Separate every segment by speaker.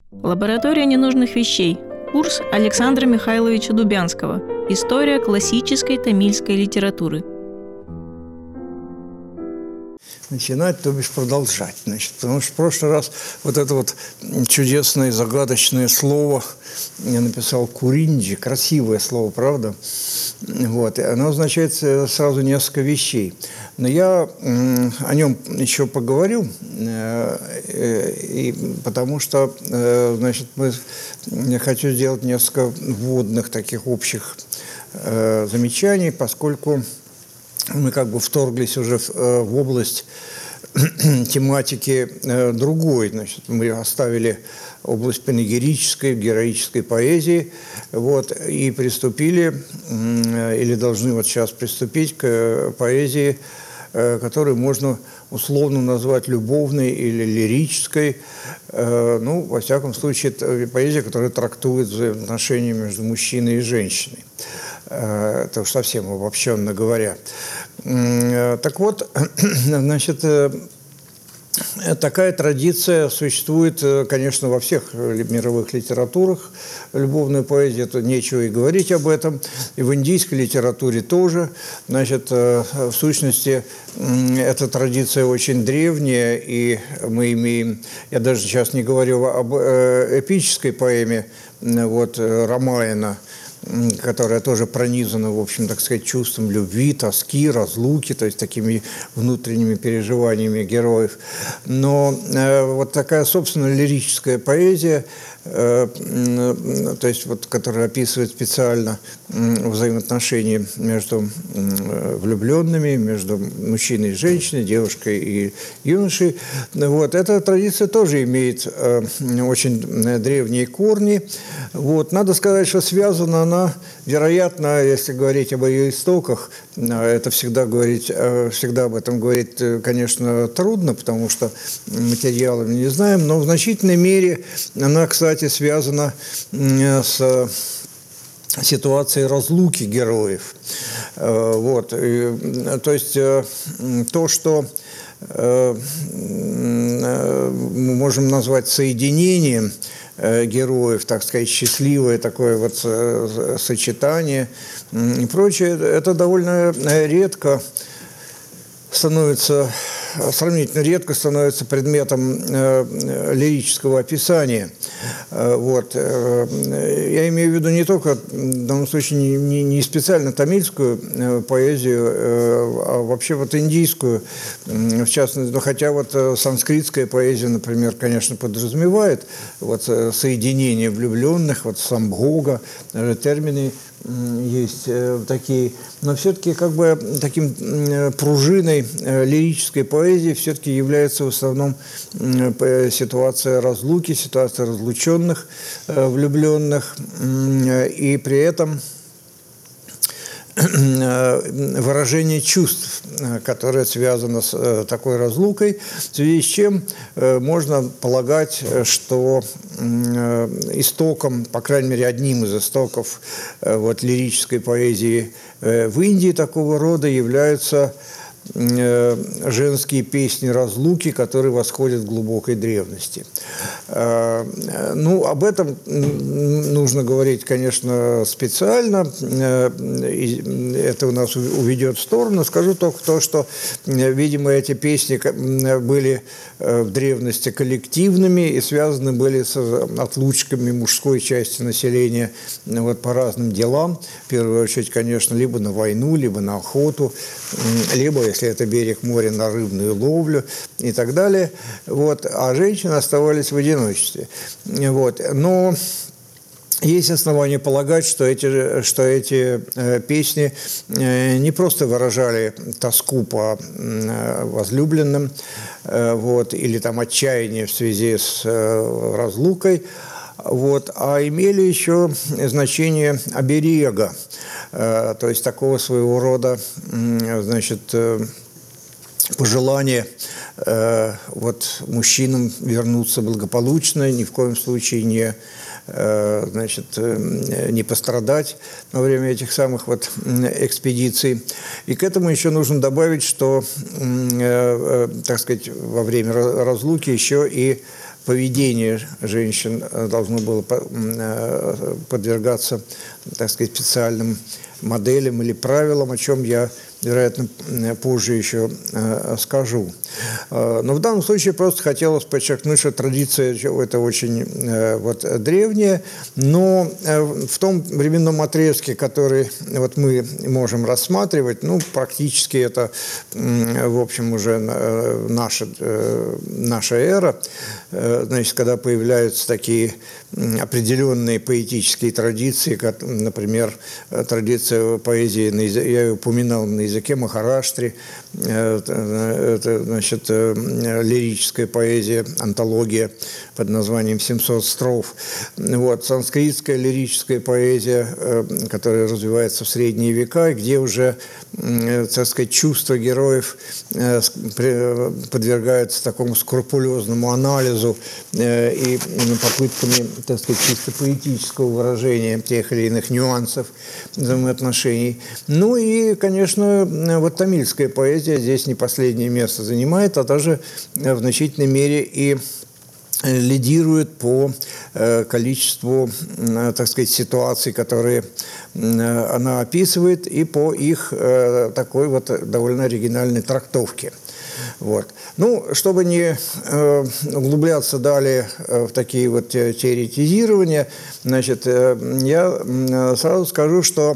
Speaker 1: Лаборатория ненужных вещей. Курс Александра Михайловича Дубянского. История классической тамильской литературы.
Speaker 2: Начинать, то бишь продолжать. Потому что в прошлый раз вот это вот чудесное, загадочное слово я написал «куринджи». Красивое слово, правда? Вот. И оно означает сразу несколько вещей. Но я о нем еще поговорю, потому что, я хочу сделать несколько вводных таких общих замечаний, поскольку мы как бы вторглись уже в область тематики другой. Мы оставили область панегирической, героической поэзии, и приступили, или должны вот сейчас приступить к поэзии, которую можно условно назвать любовной или лирической. Во всяком случае, это поэзия, которая трактует взаимоотношения между мужчиной и женщиной. Это уж совсем обобщенно говоря. Так вот, такая традиция существует, конечно, во всех мировых литературах. Любовная поэзия, это нечего и говорить об этом. И в индийской литературе тоже. В сущности, эта традиция очень древняя, и мы имеем, я даже сейчас не говорю об эпической поэме, Рамаяна, которая тоже пронизана, в общем, так сказать, чувством любви, тоски, разлуки, то есть такими внутренними переживаниями героев. Но вот такая, собственно, лирическая поэзия, которая описывает специально взаимоотношения между влюбленными, между мужчиной и женщиной, девушкой и юношей. Эта традиция тоже имеет очень древние корни. Надо сказать, что связана она, вероятно, если говорить об ее истоках, это всегда об этом говорить, конечно, трудно, потому что материалов не знаем, но в значительной мере она, кстати, связана с ситуацией разлуки героев. То есть то, что мы можем назвать соединением героев, так сказать, счастливое такое сочетание и прочее, это довольно редко сравнительно редко становится предметом лирического описания. Я имею в виду не только, в данном случае, не специально тамильскую поэзию, а вообще индийскую, в частности, хотя санскритская поэзия, например, конечно, подразумевает соединение влюбленных, самбхога, даже термины есть такие, но все-таки таким пружиной лирической поэзии все-таки является в основном ситуация разлуки, ситуация разлученных, влюбленных, и при этом выражение чувств, которое связано с такой разлукой, в связи с чем можно полагать, что истоком, по крайней мере, одним из истоков лирической поэзии в Индии такого рода являются женские песни разлуки, которые восходят к глубокой древности. Об этом нужно говорить, конечно, специально. Это у нас уведет в сторону. Скажу только то, что, видимо, эти песни были в древности коллективными и связаны были с отлучками мужской части населения по разным делам. В первую очередь, конечно, либо на войну, либо на охоту, либо, если это берег моря, на рыбную ловлю и так далее. А женщины оставались в одиночестве. Но есть основания полагать, что эти песни не просто выражали тоску по возлюбленным, или отчаяние в связи с разлукой, а имели еще значение оберега, то есть такого своего рода, пожелание мужчинам вернуться благополучно, ни в коем случае не пострадать во время этих самых экспедиций. И к этому еще нужно добавить, что, так сказать, во время разлуки еще и поведение женщин должно было подвергаться, так сказать, специальным моделям или правилам, о чем я, вероятно, позже еще скажу. Но в данном случае просто хотелось подчеркнуть, что традиция это очень древняя, но в том временном отрезке, который мы можем рассматривать, практически это, в общем, уже наша эра, значит, когда появляются такие определенные поэтические традиции, как, например, традиция поэзии, я ее упоминал, на языке Махараштри, это, значит, лирическая поэзия, антология под названием «700 строф». Санскритская лирическая поэзия, которая развивается в средние века, где уже, так сказать, чувства героев подвергаются такому скрупулезному анализу и попытками, так сказать, чисто поэтического выражения тех или иных нюансов взаимоотношений. Ну и, конечно, тамильская поэзия здесь не последнее место занимает, а даже в значительной мере и лидирует по количеству, так сказать, ситуаций, которые она описывает, и по их такой довольно оригинальной трактовке. Чтобы не углубляться далее в такие теоретизирования, значит, я сразу скажу, что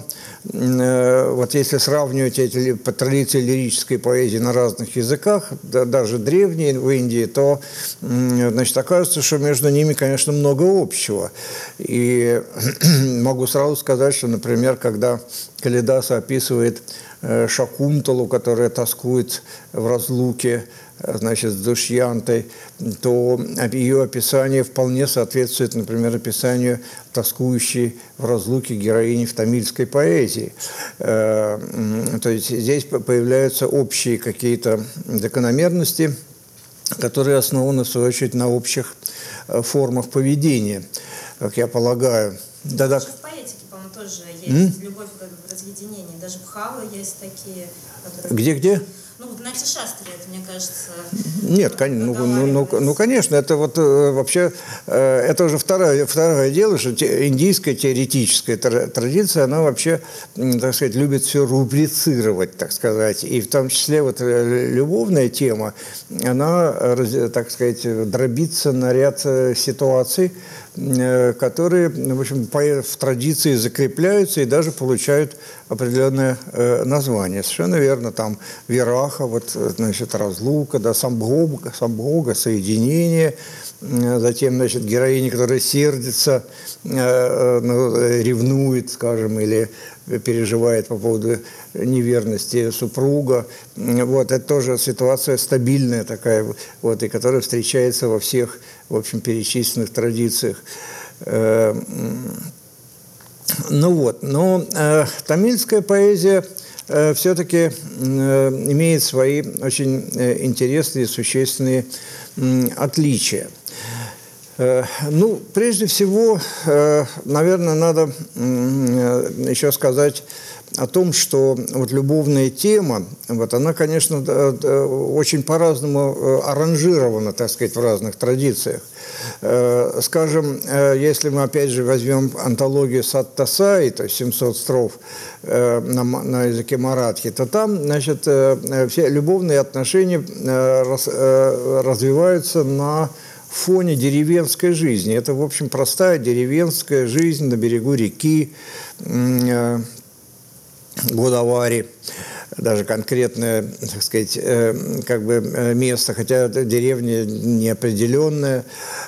Speaker 2: если сравнивать эти традиции лирической поэзии на разных языках, даже древние в Индии, то, значит, окажется, что между ними, конечно, много общего. И могу сразу сказать, что, например, когда Калидаса описывает Шакунталу, которая тоскует в разлуке, значит, с Душьянтой, то ее описание вполне соответствует, например, описанию тоскующей в разлуке героини в тамильской поэзии. То есть здесь появляются общие какие-то закономерности, которые основаны, в свою очередь, на общих формах поведения, как я полагаю. Да-да.
Speaker 3: В поэтике, по-моему, тоже есть любовь к разъединению. Даже бхавы есть такие, которые...
Speaker 2: Где-где?
Speaker 3: В Натишастре, это, мне кажется...
Speaker 2: Нет, конечно, это вообще, это уже второе дело, что индийская теоретическая традиция, она вообще, так сказать, любит все рубрицировать, так сказать, и в том числе любовная тема, она, так сказать, дробится на ряд ситуаций, которые, в общем, в традиции закрепляются и даже получают определенное название. Совершенно верно, там вираха, значит, разлука, да, самбхога, соединение, затем, значит, героиня, которая сердится, ревнует, скажем, или переживает по поводу неверности супруга. Это тоже ситуация стабильная такая, и которая встречается во всех, в общем, перечисленных традициях. Но тамильская поэзия все-таки имеет свои очень интересные, существенные отличия. Прежде всего, наверное, надо еще сказать о том, что любовная тема, она, конечно, очень по-разному аранжирована, так сказать, в разных традициях. Скажем, если мы, опять же, возьмем антологию Саттасаи, то есть 700 строф на языке маратхи, то там, значит, все любовные отношения развиваются на фоне деревенской жизни. Это, в общем, простая деревенская жизнь на берегу реки Годавари, даже конкретное, так сказать, место, хотя это деревня неопределенная.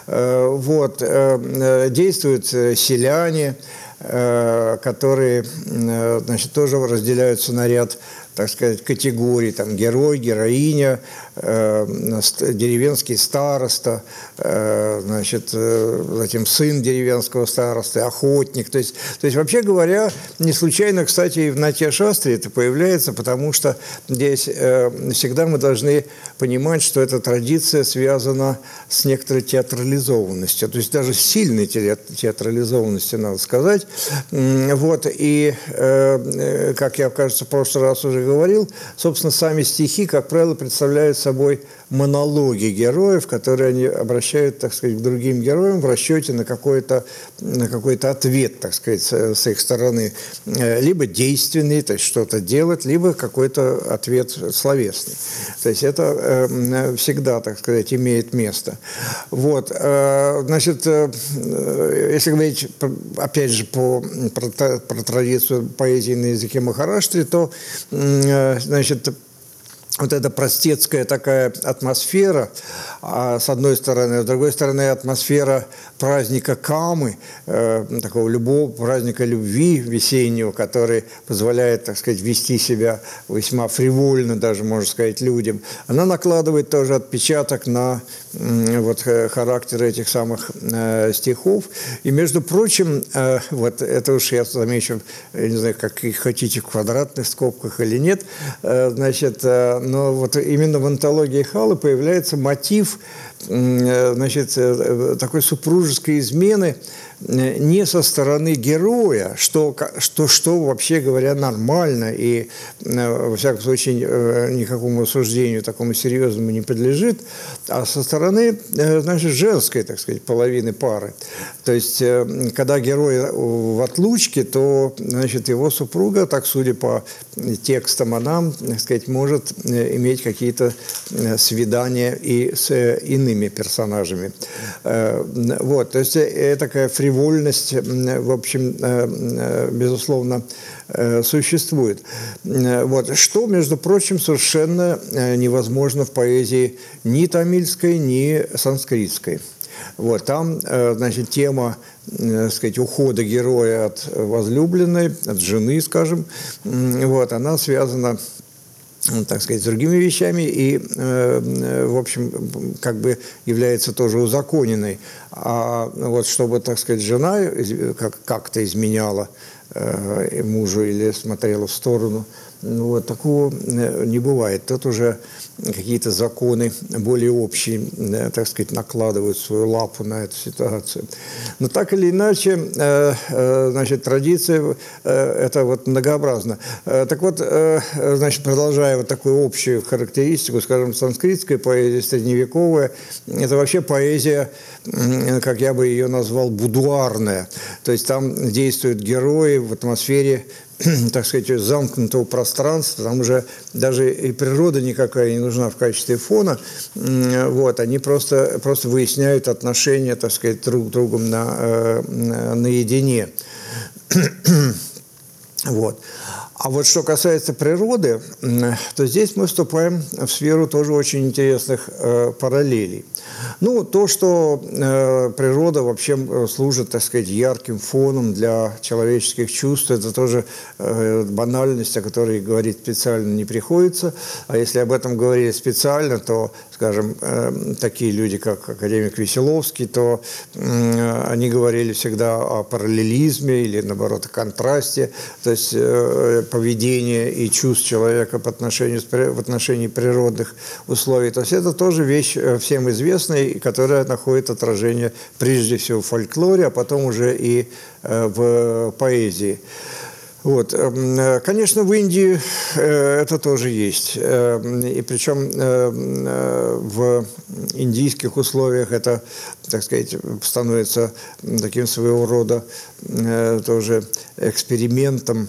Speaker 2: Действуют селяне, которые, значит, тоже разделяются на ряд, так сказать, категорий, там, герой, героиня, деревенский староста, значит, затем сын деревенского старосты, охотник. То есть, вообще говоря, не случайно, кстати, и в Натья-шастре это появляется, потому что здесь всегда мы должны понимать, что эта традиция связана с некоторой театрализованностью, то есть даже с сильной театрализованностью, надо сказать. И, как я, кажется, в прошлый раз уже уже говорил, собственно, сами стихи, как правило, представляют собой монологи героев, которые они обращают, так сказать, к другим героям в расчете на какой-то ответ, так сказать, с их стороны. Либо действенный, то есть что-то делать, либо какой-то ответ словесный. То есть это всегда, так сказать, имеет место. Вот. Значит, если говорить, опять же, про традицию поэзии на языке Махараштри, то, значит, вот эта простецкая такая атмосфера, с одной стороны, с другой стороны, атмосфера праздника Камы, такого праздника любви весеннего, который позволяет, так сказать, вести себя весьма фривольно, даже, можно сказать, людям, она накладывает тоже отпечаток на вот характер этих самых стихов. И, между прочим, вот это уж я замечу, я не знаю, как хотите, в квадратных скобках или нет, значит, но вот именно в антологии Халы появляется мотив, значит, такой супружеской измены не со стороны героя, что вообще говоря нормально и, во всяком случае, никакому осуждению такому серьезному не подлежит, а со стороны, значит, женской, так сказать, половины пары. То есть, когда герой в отлучке, то, значит, его супруга, так судя по текстам, она, так сказать, может иметь какие-то свидания и с иными персонажами. Вот, то есть, такая фривольность, в общем, безусловно, существует. Вот. Что, между прочим, совершенно невозможно в поэзии ни тамильской, ни санскритской. Вот. Там, значит, тема, так сказать, ухода героя от возлюбленной, от жены, скажем, вот, она связана, так сказать, с другими вещами и, в общем, как бы является тоже узаконенной. А вот чтобы, так сказать, жена как-то изменяла мужу или смотрела в сторону, вот, такого не бывает. Тут уже какие-то законы более общие, так сказать, накладывают свою лапу на эту ситуацию. Но так или иначе, значит, традиция это вот многообразна. Так вот, значит, продолжая вот такую общую характеристику, скажем, санскритская поэзия, средневековая, это вообще поэзия, как я бы ее назвал, будуарная. То есть там действуют герои в атмосфере, так сказать, замкнутого пространства, там уже даже и природа никакая не нужна в качестве фона, вот, они просто выясняют отношения, так сказать, друг с другом наедине. Вот. А вот что касается природы, то здесь мы вступаем в сферу тоже очень интересных параллелей. Ну, то, что природа вообще служит, так сказать, ярким фоном для человеческих чувств, это тоже банальность, о которой говорить специально не приходится. А если об этом говорили специально, то, скажем, такие люди, как академик Веселовский, то они говорили всегда о параллелизме или, наоборот, о контрасте, то есть поведения и чувств человека в отношении природных условий. То есть это тоже вещь всем известная, которая находит отражение прежде всего в фольклоре, а потом уже и в поэзии. Вот. Конечно, в Индии это тоже есть. И причем в индийских условиях это, так сказать, становится таким своего рода тоже экспериментом,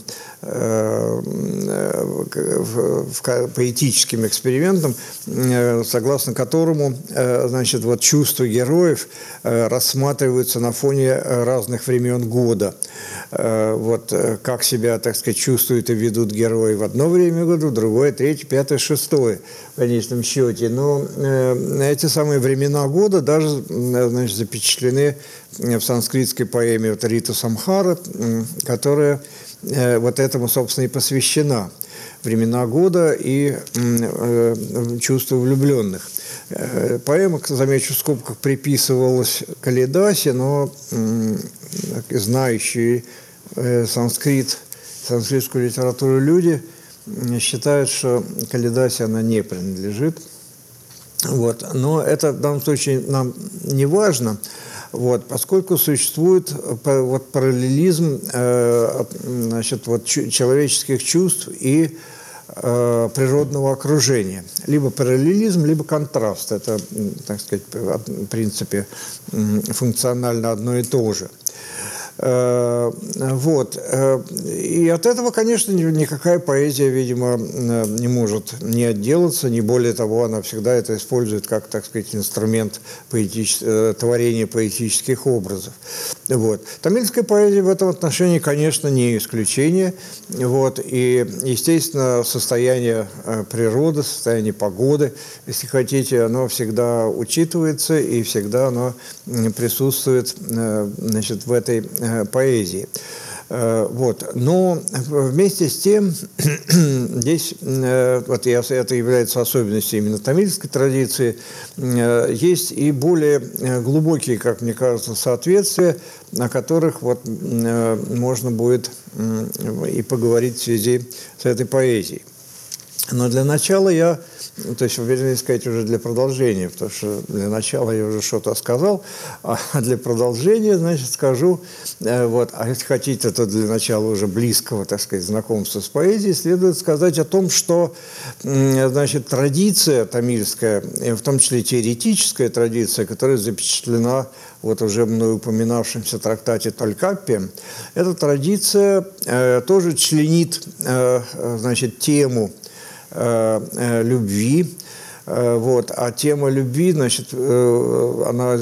Speaker 2: поэтическим экспериментом, согласно которому, значит, вот чувства героев рассматриваются на фоне разных времен года. Вот как себя, так сказать, чувствуют и ведут герои в одно время года, в другое, третье, пятое, шестое в конечном счете. Но эти самые времена года даже, значит, запечатлены в санскритской поэме вот Рита Самхара, которая вот этому, собственно, и посвящена. Времена года и чувства влюбленных. Поэма, замечу, в скобках приписывалась Калидасе, но знающие санскритскую литературу люди считают, что Калидасе она не принадлежит. Вот. Но это в данном случае нам не важно, вот, поскольку существует вот параллелизм, значит, вот, человеческих чувств и природного окружения. Либо параллелизм, либо контраст. Это, так сказать, в принципе, функционально одно и то же. Вот. И от этого, конечно, никакая поэзия, видимо, не может не отделаться, не более того, она всегда это использует как, так сказать, инструмент творения поэтических образов. Вот. Тамильская поэзия в этом отношении, конечно, не исключение. Вот. И, естественно, состояние природы, состояние погоды, если хотите, оно всегда учитывается и всегда оно присутствует, значит, в этой поэзии. Вот. Но вместе с тем, здесь, вот это является особенностью именно тамильской традиции, есть и более глубокие, как мне кажется, соответствия, о которых вот можно будет и поговорить в связи с этой поэзией. Но для начала я, то есть, вернее сказать, уже для продолжения, потому что для начала я уже что-то сказал, а для продолжения, значит, скажу, вот, а если хотите, то для начала уже близкого, так сказать, знакомства с поэзией, следует сказать о том, что, значит, традиция тамильская, в том числе теоретическая традиция, которая запечатлена вот уже мной упоминавшемся трактате Толькаппи, эта традиция тоже членит, значит, тему любви. Вот. А тема любви, значит, она,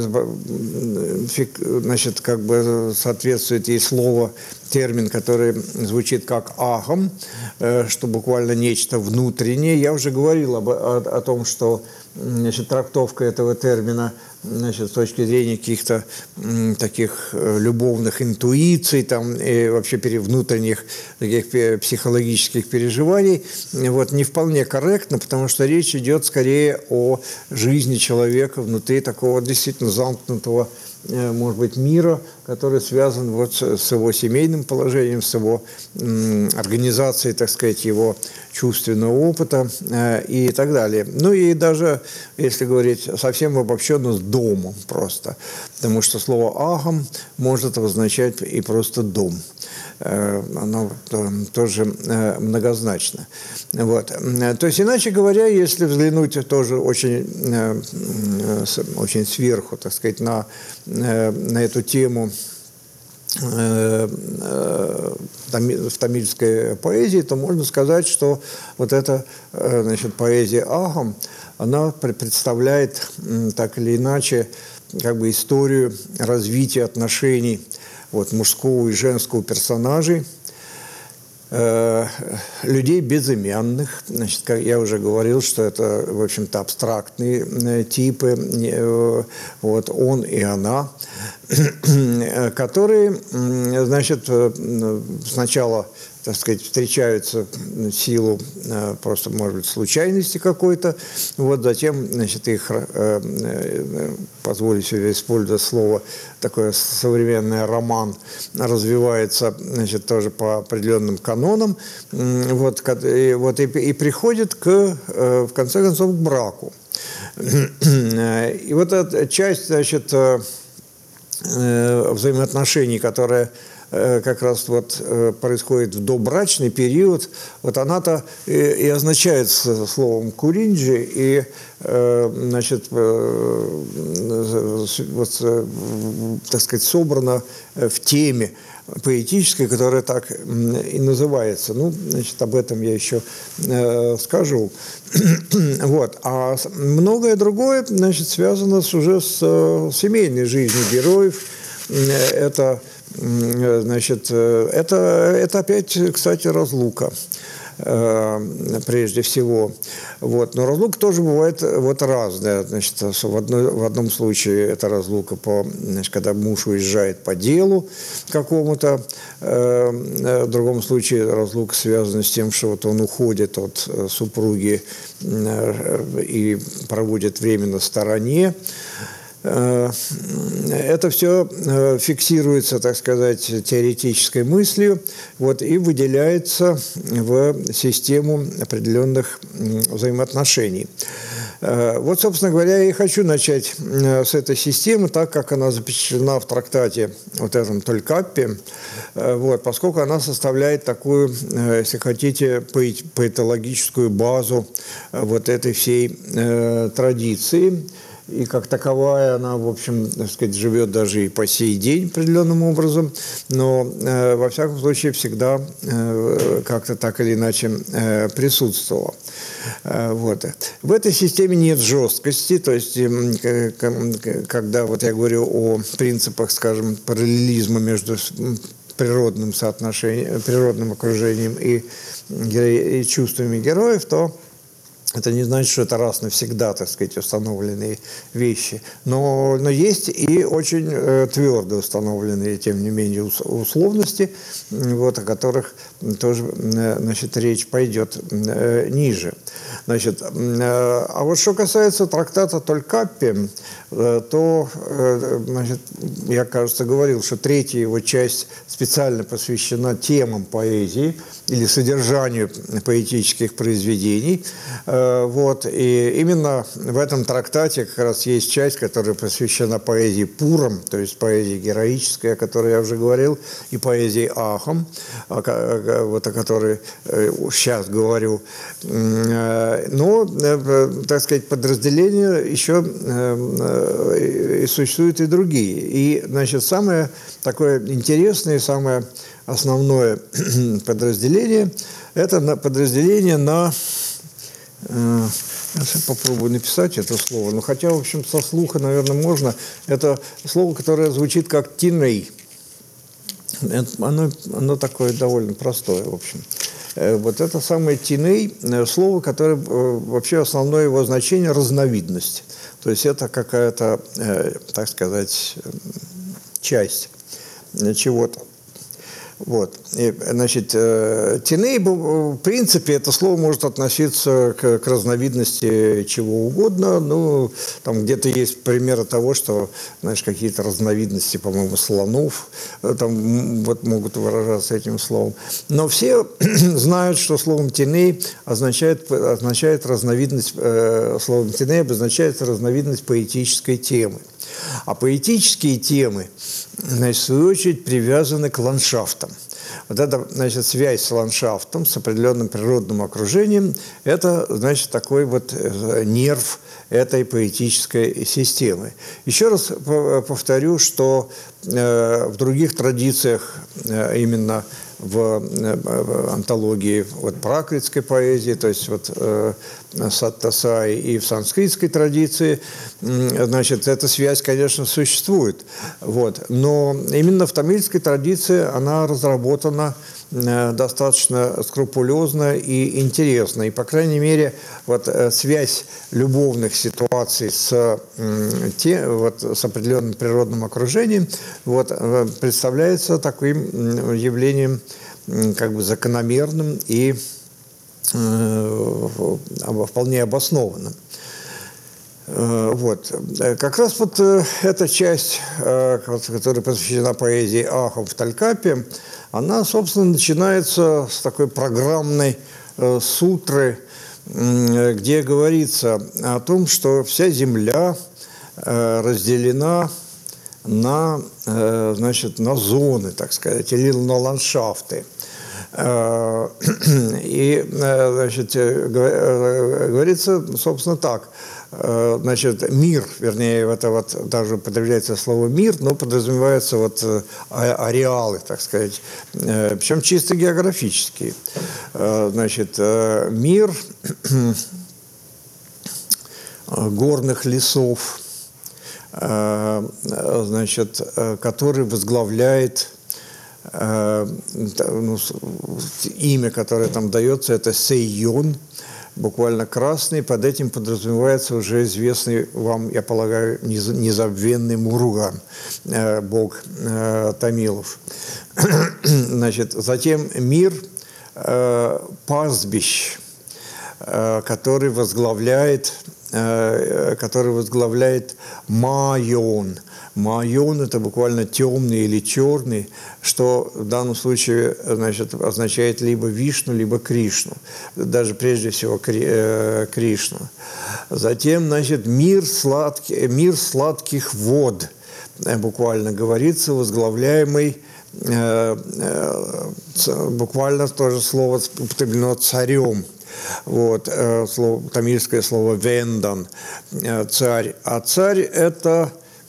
Speaker 2: значит, как бы соответствует ей слово, термин, который звучит как «ахам», что буквально нечто внутреннее. Я уже говорил о том, что, значит, трактовка этого термина, значит, с точки зрения каких-то таких любовных интуиций там, и вообще внутренних таких психологических переживаний, вот, не вполне корректно, потому что речь идет скорее о жизни человека внутри такого действительно замкнутого, может быть, мира, который связан вот с его семейным положением, с его организацией, так сказать, его чувственного опыта и так далее. Ну и даже, если говорить совсем обобщенно, с домом просто. Потому что слово «ахам» может обозначать и просто «дом». Оно тоже многозначно. Вот. То есть, иначе говоря, если взглянуть тоже очень, очень сверху, так сказать, на эту тему в тамильской поэзии, то можно сказать, что вот эта, значит, поэзия «ахам», она представляет так или иначе как бы историю развития отношений вот, мужского и женского персонажей, людей безымянных. Значит, как я уже говорил, что это, в общем-то, абстрактные типы, вот, он и она, которые, значит, сначала, так сказать, встречаются в силу просто, может быть, случайности какой-то, вот, затем, значит, их, позволю себе использовать слово, такое современное, роман, развивается, значит, тоже по определенным канонам, вот, и приходит в конце концов, к браку. И вот эта часть, значит, взаимоотношений, которая как раз вот происходит в добрачный период, вот она-то и означает словом «куринджи», и, значит, вот, так сказать, собрана в теме поэтической, которая так и называется. Ну, значит, об этом я еще скажу. Вот. А многое другое, значит, связано уже с семейной жизнью героев. Это, значит, это опять, кстати, разлука. Прежде всего. Вот. Но разлука тоже бывает вот разная. Значит, в одном случае это разлука, значит, когда муж уезжает по делу какому-то, в другом случае разлука связана с тем, что вот он уходит от супруги и проводит время на стороне. Это все фиксируется, так сказать, теоретической мыслью, вот, и выделяется в систему определенных взаимоотношений. Вот, собственно говоря, я и хочу начать с этой системы, так как она запечатлена в трактате вот этом Толькаппе, вот, поскольку она составляет такую, если хотите, поэтологическую базу вот этой всей традиции. И как таковая она, в общем, так сказать, живет даже и по сей день определенным образом, но, во всяком случае, всегда как-то так или иначе присутствовала. Вот. В этой системе нет жесткости, то есть, когда вот я говорю о принципах, скажем, параллелизма между природным соотношением, природным окружением и чувствами героев, то это не значит, что это раз навсегда, так сказать, установленные вещи. Но есть и очень твердо установленные, тем не менее, условности, вот, о которых тоже, значит, речь пойдет ниже. Значит, а вот что касается трактата Толькаппе, то, значит, я, кажется, говорил, что третья его часть специально посвящена темам поэзии или содержанию поэтических произведений. Вот. И именно в этом трактате как раз есть часть, которая посвящена поэзии Пурам, то есть поэзии героической, о которой я уже говорил, и поэзии Ахам, вот о которой сейчас говорю. Но, так сказать, подразделения еще и существуют и другие. И, значит, самое такое интересное, самое основное подразделение – это подразделение на… Я попробую написать это слово, но хотя, в общем, со слуха, наверное, можно. Это слово, которое звучит как «тиней». Оно такое довольно простое, в общем. Вот это самое «тиней» – слово, которое вообще основное его значение – разновидность. То есть это какая-то, так сказать, часть чего-то. Вот. И, значит, тиней, в принципе, это слово может относиться к разновидности чего угодно. Ну, там где-то есть примеры того, что, знаешь, какие-то разновидности, по-моему, слонов там вот могут выражаться этим словом. Но все знают, что словом тиней означает разновидность, словом тиней обозначает разновидность поэтической темы. А поэтические темы, значит, в свою очередь, привязаны к ландшафтам. Вот эта, значит, связь с ландшафтом, с определенным природным окружением, это, значит, такой вот нерв этой поэтической системы. Еще раз повторю, что в других традициях, именно в антологии вот пракритской поэзии, то есть вот саттасай, и в санскритской традиции, значит, эта связь, конечно, существует. Вот. Но именно в тамильской традиции она разработана достаточно скрупулезно и интересно. И, по крайней мере, вот связь любовных ситуаций с определенным природным окружением вот, представляется таким явлением как бы закономерным и вполне обоснованным. Вот. Как раз вот эта часть, которая посвящена поэзии Ахам в Толькаппе, она, собственно, начинается с такой программной сутры, где говорится о том, что вся земля разделена на, значит, на зоны, так сказать, или на ландшафты. И, значит, говорится, собственно, так. Значит, мир, вернее, это вот даже употребляется слово «мир», но подразумеваются вот ареалы, так сказать, причем чисто географические. Значит, мир горных лесов, значит, который возглавляет, имя, которое там дается, это Сейон, буквально красный. Под этим подразумевается уже известный вам, я полагаю, незабвенный Муруган, бог тамилов. Значит, затем мир пастбищ, который возглавляет Майон. Майон – это буквально темный или черный, что в данном случае, значит, означает либо Вишну, либо Кришну. Даже прежде всего Кришну. Затем, значит, мир сладких вод, буквально говорится, возглавляемый, буквально тоже слово употреблено царем. Вот, тамильское слово «вендан», царь. А царь – это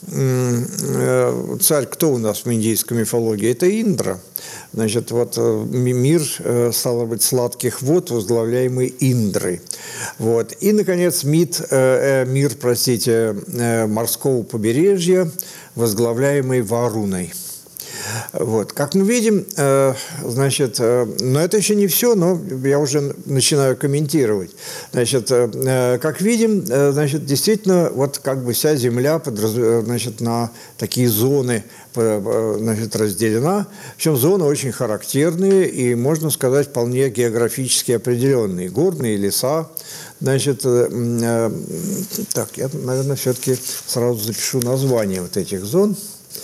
Speaker 2: царь, кто у нас в индийской мифологии? Это Индра. Значит, вот мир, стало быть, сладких вод, возглавляемый Индрой. Вот. И, наконец, мир, морского побережья, возглавляемый Варуной. Вот. Как мы видим, значит, но это еще не все, но я уже начинаю комментировать. Значит, как видим, значит, действительно, вот как бы вся Земля значит, на такие зоны, значит, разделена. Причем зоны очень характерные и, можно сказать, вполне географически определенные. Горные леса. Значит, так, я, наверное, все-таки сразу запишу название вот этих зон.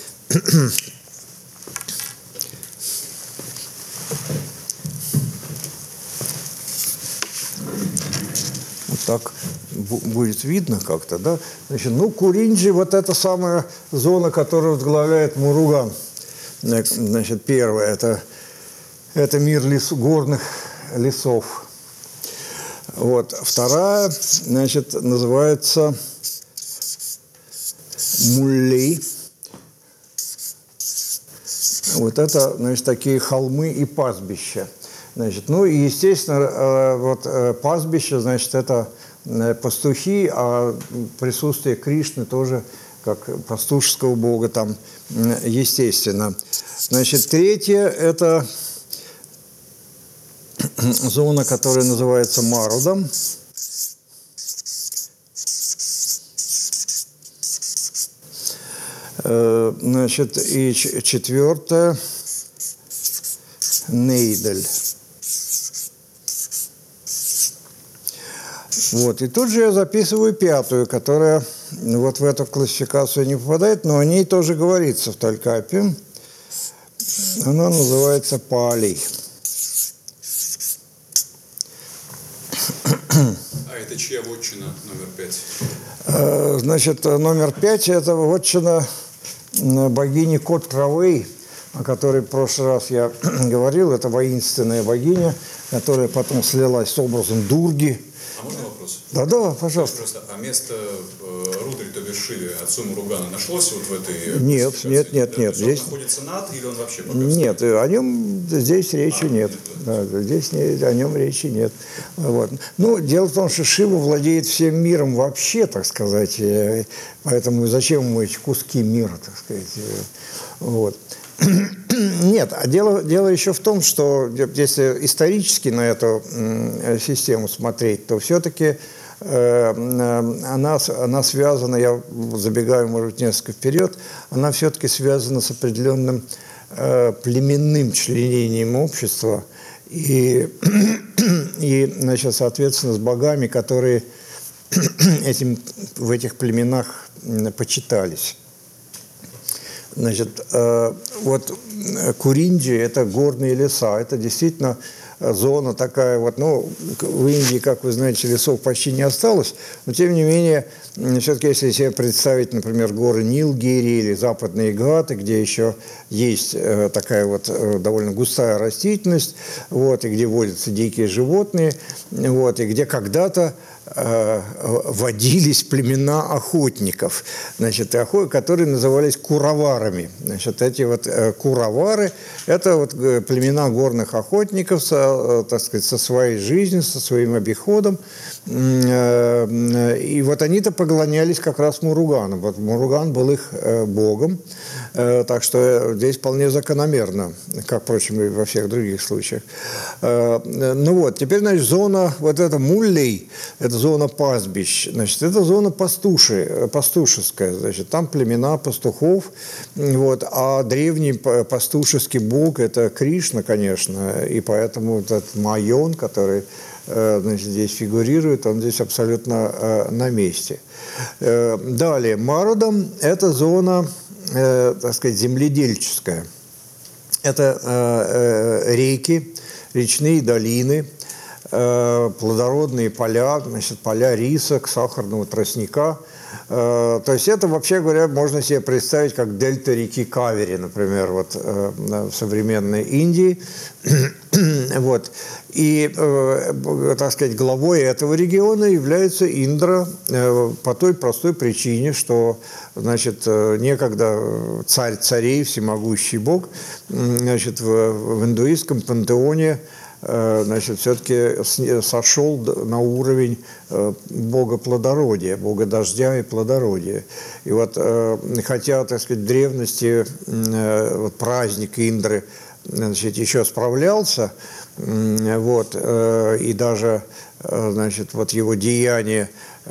Speaker 2: Так будет видно как-то, да? Значит, ну, Куринджи – вот эта самая зона, которая возглавляет Муруган. Значит, первая – это мир горных лесов. Вот. Вторая, значит, называется Мулли. Вот это, значит, такие холмы и пастбища. Значит, ну и, естественно, вот пастбище, значит, это пастухи, а присутствие Кришны тоже, как пастушеского бога, там, естественно. Значит, третье – это зона, которая называется Марудом. Значит, и четвертое – Нейдель. Вот. И тут же я записываю пятую, которая вот в эту классификацию не попадает, но о ней тоже говорится в Толькапе. Она называется Палей.
Speaker 4: А это чья вотчина номер 5?
Speaker 2: Значит, номер 5 – это вотчина богини Кот-Травей, о которой в прошлый раз я говорил. Это воинственная богиня, которая потом слилась с образом Дурги.
Speaker 4: А можно вопрос?
Speaker 2: Да, пожалуйста.
Speaker 4: Просто, а место Рудри, то бишь Шиве, отцу Муругана, нашлось вот в этой...
Speaker 2: Нет.
Speaker 4: Здесь... Он находится над или он вообще пока
Speaker 2: Нет,
Speaker 4: стоит?
Speaker 2: о нем здесь речи нет. Да, здесь о нем речи нет. Вот. Ну, дело в том, что Шива владеет всем миром вообще, так сказать. Поэтому зачем ему эти куски мира, так сказать. Вот. Нет, а дело еще в том, что если исторически на эту систему смотреть, то все-таки она связана, я забегаю, может быть, несколько вперед, она все-таки связана с определенным племенным членением общества и, значит, соответственно, с богами, которые в этих племенах почитались. Значит, вот Куринджи – это горные леса, это действительно зона такая вот, ну, в Индии, как вы знаете, лесов почти не осталось, но тем не менее, все-таки если себе представить, например, горы Нилгири или западные Гаты, где еще есть такая вот довольно густая растительность, вот, и где водятся дикие животные, вот, и где когда-то водились племена охотников, значит, которые назывались кураварами. Значит, эти вот куравары – это вот племена горных охотников, так сказать, со своей жизнью, со своим обиходом. И вот они-то поклонялись как раз Муругану. Вот Муруган был их богом, так что здесь вполне закономерно, как, впрочем, и во всех других случаях. Ну вот, теперь, значит, зона, вот эта Муллей, это зона пастбищ, значит, это зона пастушеская, значит, там племена пастухов, вот, а древний пастушеский бог – это Кришна, конечно, и поэтому вот этот Майон, который, значит, здесь фигурирует, он здесь абсолютно на месте. Далее, Марудам – это зона так сказать, земледельческая. Это реки, речные долины, плодородные поля, значит, поля риса, сахарного тростника. То есть это, вообще говоря, можно себе представить как дельта реки Кавери, например, вот, в современной Индии. Вот. И, так сказать, главой этого региона является Индра по той простой причине, что, значит, некогда царь царей, всемогущий бог, значит, в индуистском пантеоне, значит, все-таки сошел на уровень бога плодородия, бога дождя и плодородия. И вот, хотя, так сказать, в древности вот, праздник Индры, значит, еще справлялся, вот, и даже, значит, вот его деяние,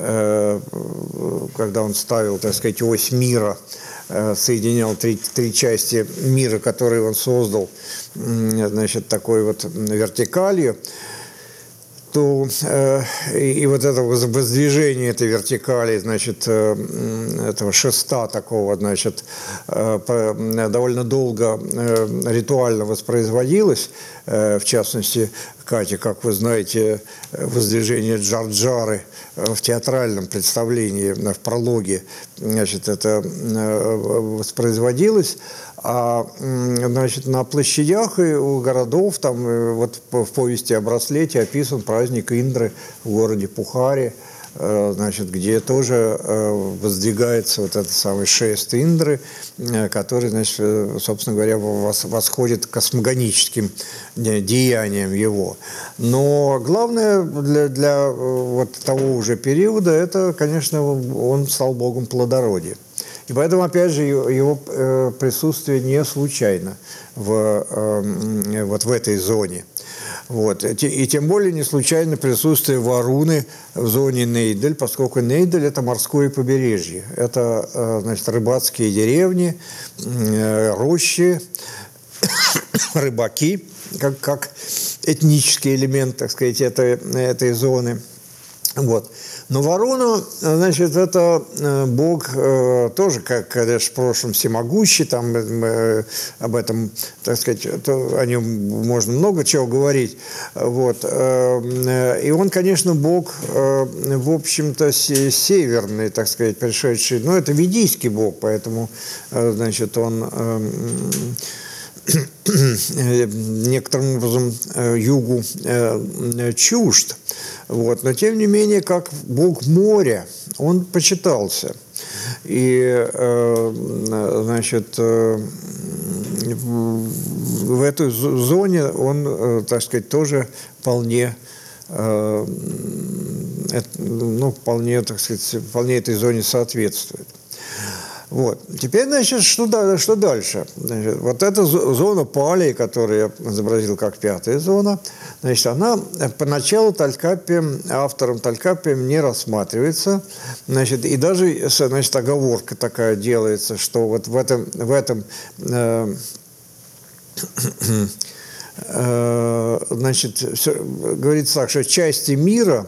Speaker 2: когда он ставил, так сказать, ось мира, соединял три части мира, которые он создал, значит, такой вот вертикалью, то и вот это воздвижение этой вертикали, значит, этого шеста такого, значит, довольно долго ритуально воспроизводилось. В частности, Катя, как вы знаете, воздвижение Джар-Джары в театральном представлении, в прологе, значит, это воспроизводилось. А, значит, на площадях и у городов, там вот в повести о браслете описан праздник Индры в городе Пухаре, значит, где тоже воздвигается вот этот самый шест Индры, который, значит, собственно говоря, восходит к космогоническим деяниям его. Но главное для вот того уже периода, это, конечно, он стал богом плодородия. И поэтому, опять же, его присутствие не случайно вот в этой зоне. Вот. И тем более не случайно присутствие Варуны в зоне Нейдель, поскольку Нейдель – это морское побережье. Это, значит, рыбацкие деревни, рощи, рыбаки, как этнический элемент, так сказать, этой зоны. Вот. Но Варуна, значит, это бог тоже, как, конечно, в прошлом всемогущий, там об этом, так сказать, о нем можно много чего говорить. Вот. И он, конечно, бог, в общем-то, северный, так сказать, пришедший. Но это ведийский бог, поэтому, значит, он некоторым образом югу чужд. Вот. Но, тем не менее, как бог моря, он почитался. И, значит, в этой зоне он, так сказать, тоже вполне, вполне, так сказать, вполне этой зоне соответствует. Вот. Теперь, значит, что дальше? Значит, вот эта зона Палей, которую я изобразил как пятая зона, значит, она поначалу автором Талькапием не рассматривается, значит, и даже, значит, оговорка такая делается, что вот в этом значит, говорится так, что части мира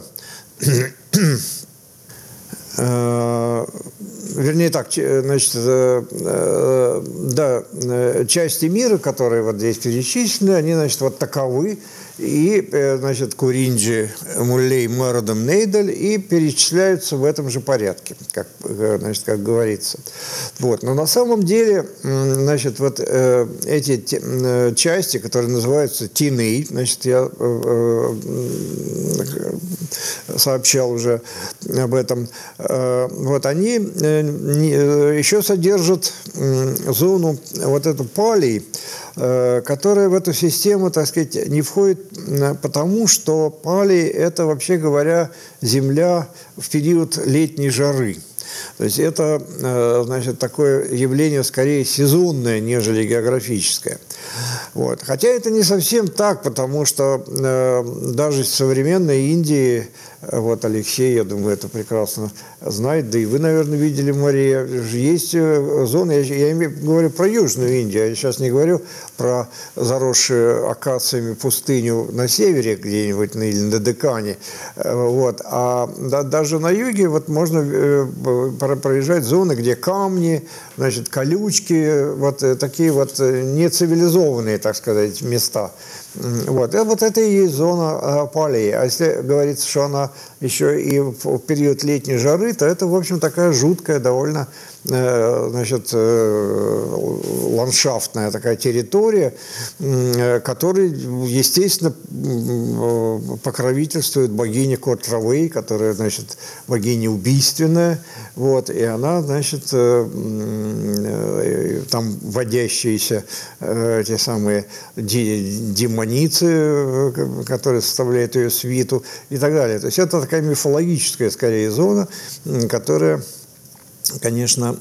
Speaker 2: вернее так, значит, да, части мира, которые вот здесь перечислены, они, значит, вот таковы, и, значит, Куринджи, Муллей, Мародом, Нейдель, и перечисляются в этом же порядке, значит, как говорится. Вот. Но на самом деле, значит, вот эти части, которые называются Тиней, значит, я сообщал уже об этом, вот они еще содержат зону вот эту Палей, которая в эту систему, так сказать, не входит, потому что Палей – это, вообще говоря, земля в период летней жары. То есть это, значит, такое явление скорее сезонное, нежели географическое. Вот. Хотя это не совсем так, потому что даже в современной Индии, вот Алексей, я думаю, это прекрасно знает, да и вы, наверное, видели, Мария, есть зоны, я говорю про Южную Индию, я сейчас не говорю про заросшую акациями пустыню на севере где-нибудь или на Декане, вот, а даже на юге вот можно проезжать зоны, где камни, значит, колючки, вот такие вот нецивилизованные, так сказать, места. Вот это и есть зона полей. А если говорится, что она еще и в период летней жары, то это, в общем, такая жуткая довольно, значит, ландшафтная такая территория, которой, естественно, покровительствует богиня Котравей, которая, значит, богиня убийственная, вот, и она, значит, там водящиеся те самые демоницы, которые составляют ее свиту и так далее. То есть это такая мифологическая, скорее, зона, которая, конечно,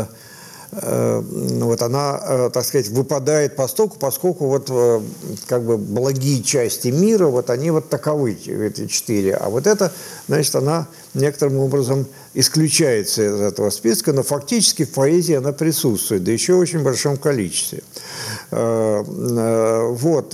Speaker 2: вот она, так сказать, выпадает поскольку вот как бы благие части мира, вот они вот таковы, эти 4. А вот это, значит, она некоторым образом исключается из этого списка, но фактически в поэзии она присутствует, да еще в очень большом количестве. Вот.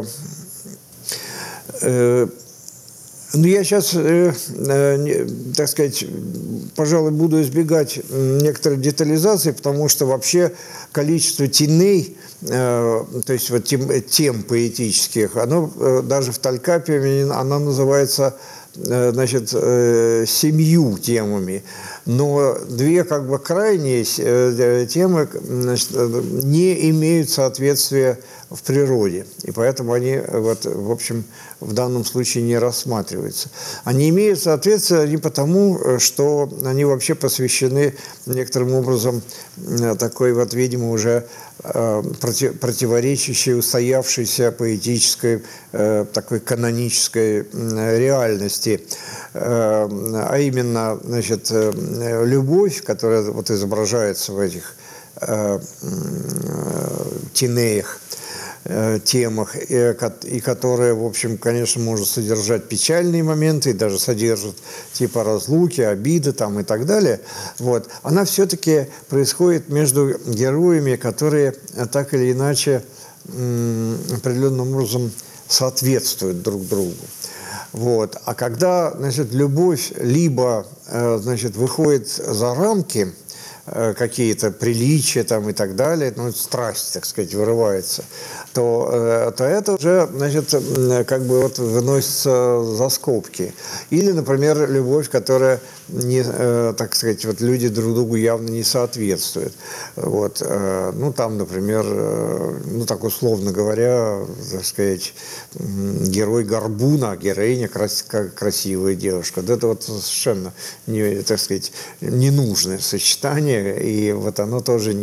Speaker 2: Ну, я сейчас, так сказать, пожалуй, буду избегать некоторой детализации, потому что вообще количество теней, то есть вот тем поэтических, оно даже в Толкапиуме, оно называется, значит, 7 темами. Но 2 как бы крайние темы, значит, не имеют соответствия в природе, и поэтому они, вот, в общем, в данном случае не рассматриваются. Они имеют соответствие не потому, что они вообще посвящены некоторым образом такой вот, видимо, уже противоречащей устоявшейся поэтической, такой канонической реальности, а именно, значит, любовь, которая вот изображается в этих тенеях, темах, и которая, в общем, конечно, может содержать печальные моменты, и даже содержит типа разлуки, обиды там и так далее, вот, она все-таки происходит между героями, которые так или иначе определенным образом соответствуют друг другу. Вот. А когда, значит, любовь либо, значит, выходит за рамки какие-то приличия там и так далее, ну, страсть, так сказать, вырывается, то это уже, значит, как бы вот выносится за скобки. Или, например, любовь, которая, не, так сказать, вот люди друг другу явно не соответствуют. Вот. Ну, там, например, ну, так условно говоря, так сказать, герой Горбуна, а героиня красивая девушка. Вот это вот совершенно, не, так сказать, ненужное сочетание, и вот оно тоже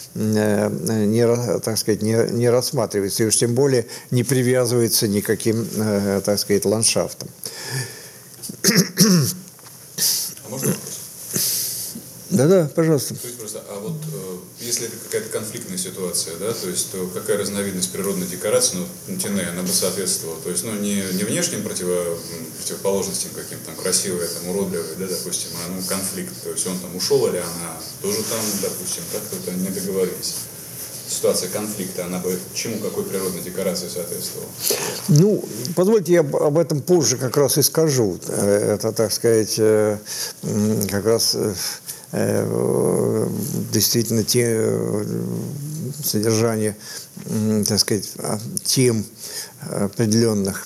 Speaker 2: так сказать, не рассматривается, и уж тем более не привязывается никаким, так сказать, ландшафтом.
Speaker 4: А можно вопрос?
Speaker 2: Да-да, пожалуйста.
Speaker 4: То есть просто, а вот если это какая-то конфликтная ситуация, да, то есть то какая разновидность природной декорации, ну, теней, она бы соответствовала, то есть, ну, не внешним противоположностям каким-то там красивой, там, уродливой, да, допустим, а, ну, конфликт, то есть он там ушел или она тоже там, допустим, как-то не договорились. Ситуация конфликта, она бы чему, какой природной декорации соответствовала? Ну,
Speaker 2: позвольте, я об этом позже как раз и скажу. Это, так сказать, как раз действительно содержание, так сказать, тем определенных.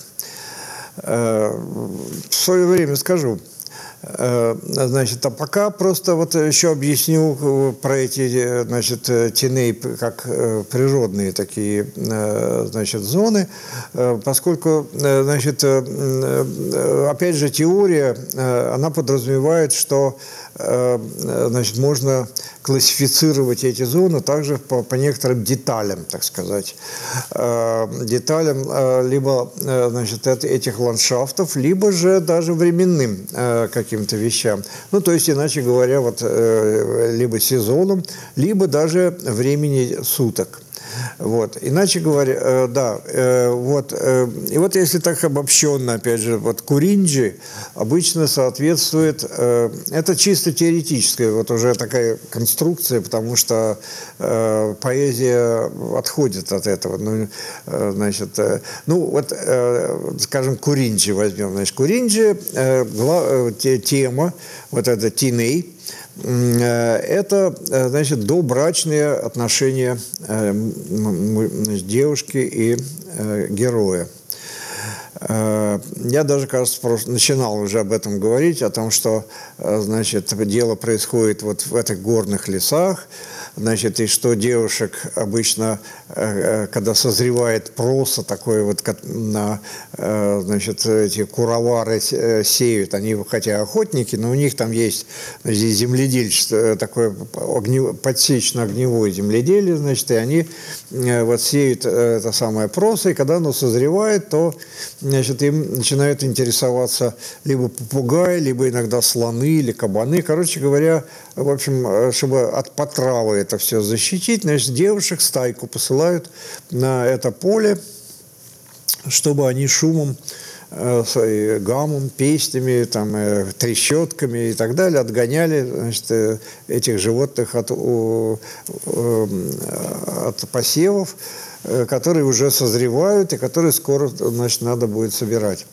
Speaker 2: В свое время скажу. Значит, а пока просто вот еще объясню про эти, значит, теней как природные такие, значит, зоны, поскольку, значит, опять же, теория, она подразумевает, что, значит, можно классифицировать эти зоны также по некоторым деталям, так сказать. Деталям либо, значит, этих ландшафтов, либо же даже временным каким-то вещам. Ну, то есть, иначе говоря, вот либо сезоном, либо даже времени суток. Вот. Иначе говоря, да, и вот если так обобщенно, опять же, вот Куринджи обычно соответствует, это чисто теоретическая вот уже такая конструкция, потому что поэзия отходит от этого. Ну, значит, скажем, Куринджи возьмем. Значит, Куринджи, тема, вот эта Тиней, это, значит, добрачные отношения девушки и героя. Я даже, кажется, начинал уже об этом говорить, о том, что, значит, дело происходит вот в этих горных лесах, значит, и что девушек обычно, когда созревает проса, такое вот, значит, эти куровары сеют, они хотя охотники, но у них там есть, значит, земледельчество, такое подсечно-огневое земледелие, значит, и они вот сеют это самое проса, и когда оно созревает, то, значит, им начинают интересоваться либо попугаи, либо иногда слоны или кабаны. Короче говоря, в общем, чтобы от потравы это все защитить, значит, девушек стайку посылают на это поле, чтобы они шумом, гамом, песнями, там, трещотками и так далее отгоняли, значит, этих животных от посевов, которые уже созревают и которые скоро, значит, надо будет собирать.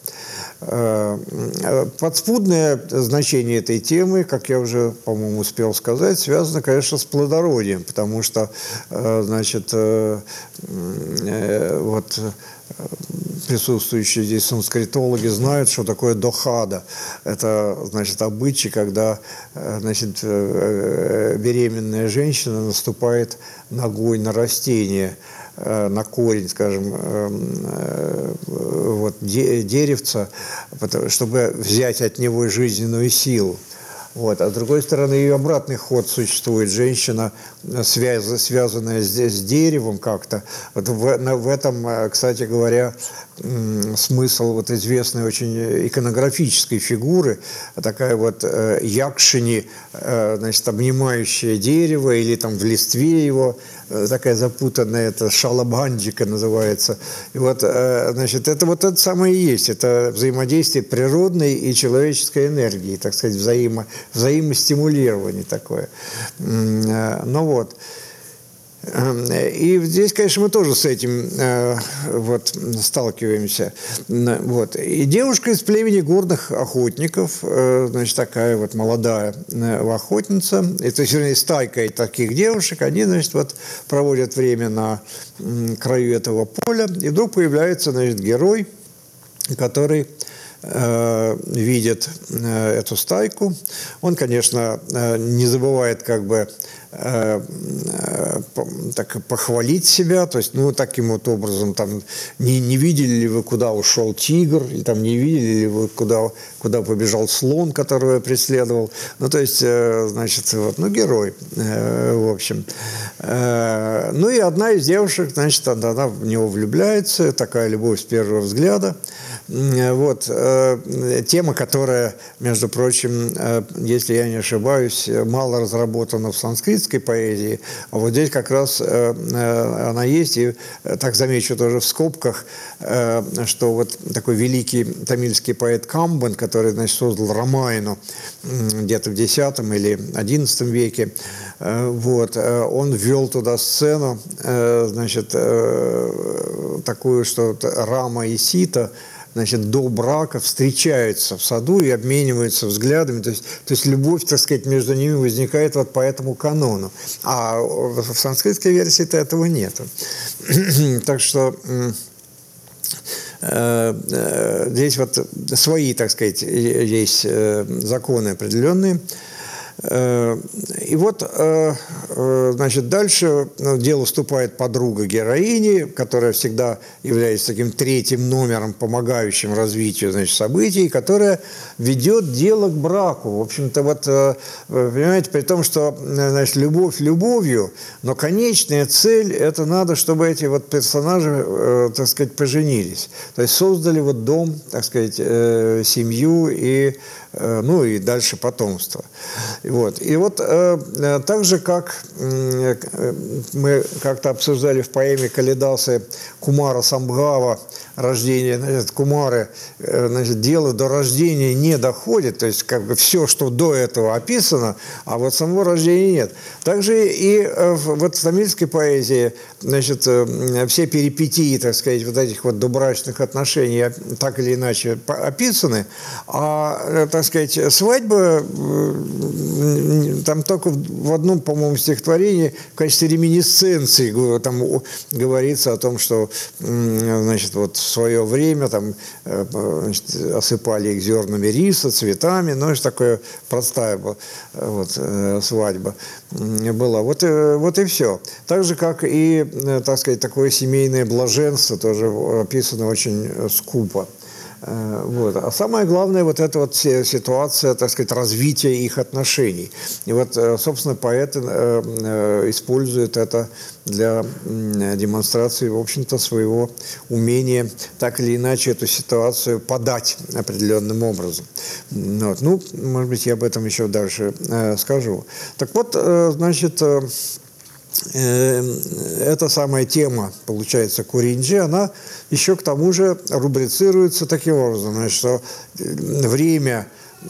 Speaker 2: Подспудное значение этой темы, как я уже, по-моему, успел сказать, связано, конечно, с плодородием, потому что, значит, вот присутствующие здесь санскритологи знают, что такое дохада. Это, значит, обычай, когда, значит, беременная женщина наступает ногой на растение, на корень, скажем, вот, деревца, чтобы взять от него жизненную силу. Вот. А с другой стороны, и обратный ход существует. Женщина, связанная с деревом как-то. Вот в этом, кстати говоря, смысл вот известной очень иконографической фигуры, такая вот якшини, значит, обнимающая дерево, или там в листве его, такая запутанная, это шалабанджика называется. И вот, значит, это вот это самое и есть, это взаимодействие природной и человеческой энергии, так сказать, взаимостимулирование такое. Ну вот. И здесь, конечно, мы тоже с этим вот, сталкиваемся. Вот. И девушка из племени горных охотников, значит, такая вот молодая охотница, это, вернее, стайка таких девушек, они, значит, вот, проводят время на краю этого поля, и вдруг появляется, значит, герой, который видит эту стайку. Он, конечно, не забывает как бы так похвалить себя, то есть, ну, таким вот образом, там, не видели ли вы, куда ушел тигр, или там, не видели ли вы, куда побежал слон, которого я преследовал. Ну, то есть, значит, вот, ну, герой, в общем. Ну, и одна из девушек, значит, она в него влюбляется, такая любовь с первого взгляда. Вот. Тема, которая, между прочим, если я не ошибаюсь, мало разработана в санскритской поэзии, а вот здесь как раз она есть, и так замечу тоже в скобках, что вот такой великий тамильский поэт Камбан, который, значит, создал Рамайну где-то в X или XI веке, вот, он ввел туда сцену, значит, такую, что Рама и Сита, значит, до брака встречаются в саду и обмениваются взглядами. То есть любовь, так сказать, между ними возникает вот по этому канону. А в санскритской версии-то этого нет. Так что здесь вот свои, так сказать, есть законы определенные. И вот, значит, дальше дело вступает подруга героини, которая всегда является таким третьим номером, помогающим развитию, значит, событий, которая ведет дело к браку. В общем-то, вот, понимаете, при том, что, значит, любовь любовью, но конечная цель – это надо, чтобы эти вот персонажи, так сказать, поженились. То есть создали вот дом, так сказать, семью и, ну, и дальше потомство. И Вот. И вот так же, как мы как-то обсуждали в поэме Калидасы Кумара Самбхава рождение, значит, Кумары, значит, дело до рождения не доходит, то есть как бы все, что до этого описано, а вот самого рождения нет. Также и вот в тамильской поэзии, значит, все перипетии, так сказать, вот этих вот добрачных отношений так или иначе описаны, а, так сказать, свадьба там только в одном, по-моему, стихотворении в качестве реминисценции там говорится о том, что, значит, вот в свое время там, значит, осыпали их зернами риса, цветами, ну, это такая простая вот, свадьба была. Вот и все. Так же, как и, так сказать, такое семейное блаженство, тоже описано очень скупо. Вот. А самое главное, вот эта вот ситуация, так сказать, развития их отношений. И вот, собственно, поэты используют это для демонстрации, в общем-то, своего умения так или иначе эту ситуацию подать определенным образом. Вот. Ну, может быть, я об этом еще дальше скажу. Так вот, значит, эта самая тема, получается, Куринджи, она еще к тому же рубрицируется таким образом, значит, что время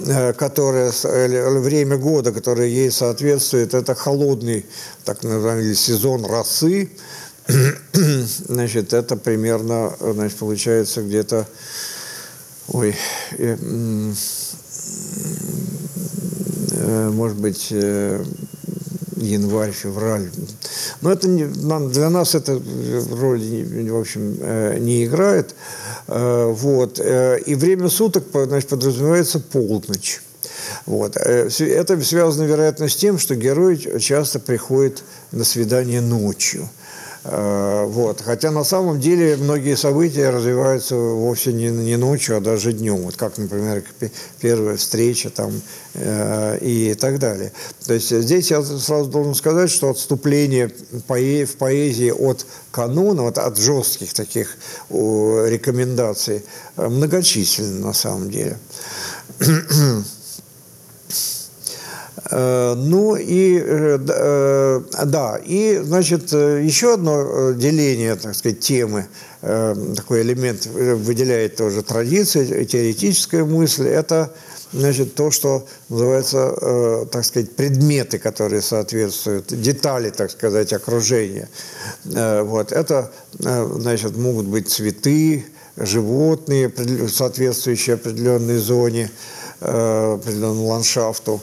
Speaker 2: года, которое ей соответствует, это холодный, так называемый, сезон росы. Значит, это примерно, значит, получается где-то, может быть, январь-февраль. Но это для нас это роли, в общем, не играет. Вот. И время суток, значит, подразумевается полночь. Вот. Это связано, вероятно, с тем, что герой часто приходит на свидание ночью. Вот. Хотя на самом деле многие события развиваются вовсе не ночью, а даже днем. Вот как, например, первая встреча там, и так далее. То есть здесь я сразу должен сказать, что отступление в поэзии от канона, вот от жестких таких рекомендаций многочисленны на самом деле. Ну и, да, и, значит, еще одно деление, так сказать, темы, такой элемент выделяет тоже традиция, теоретическая мысль, это, значит, то, что называется, так сказать, предметы, которые соответствуют, детали, так сказать, окружения. Вот, это, значит, могут быть цветы, животные, соответствующие определенной зоне, определенному ландшафту,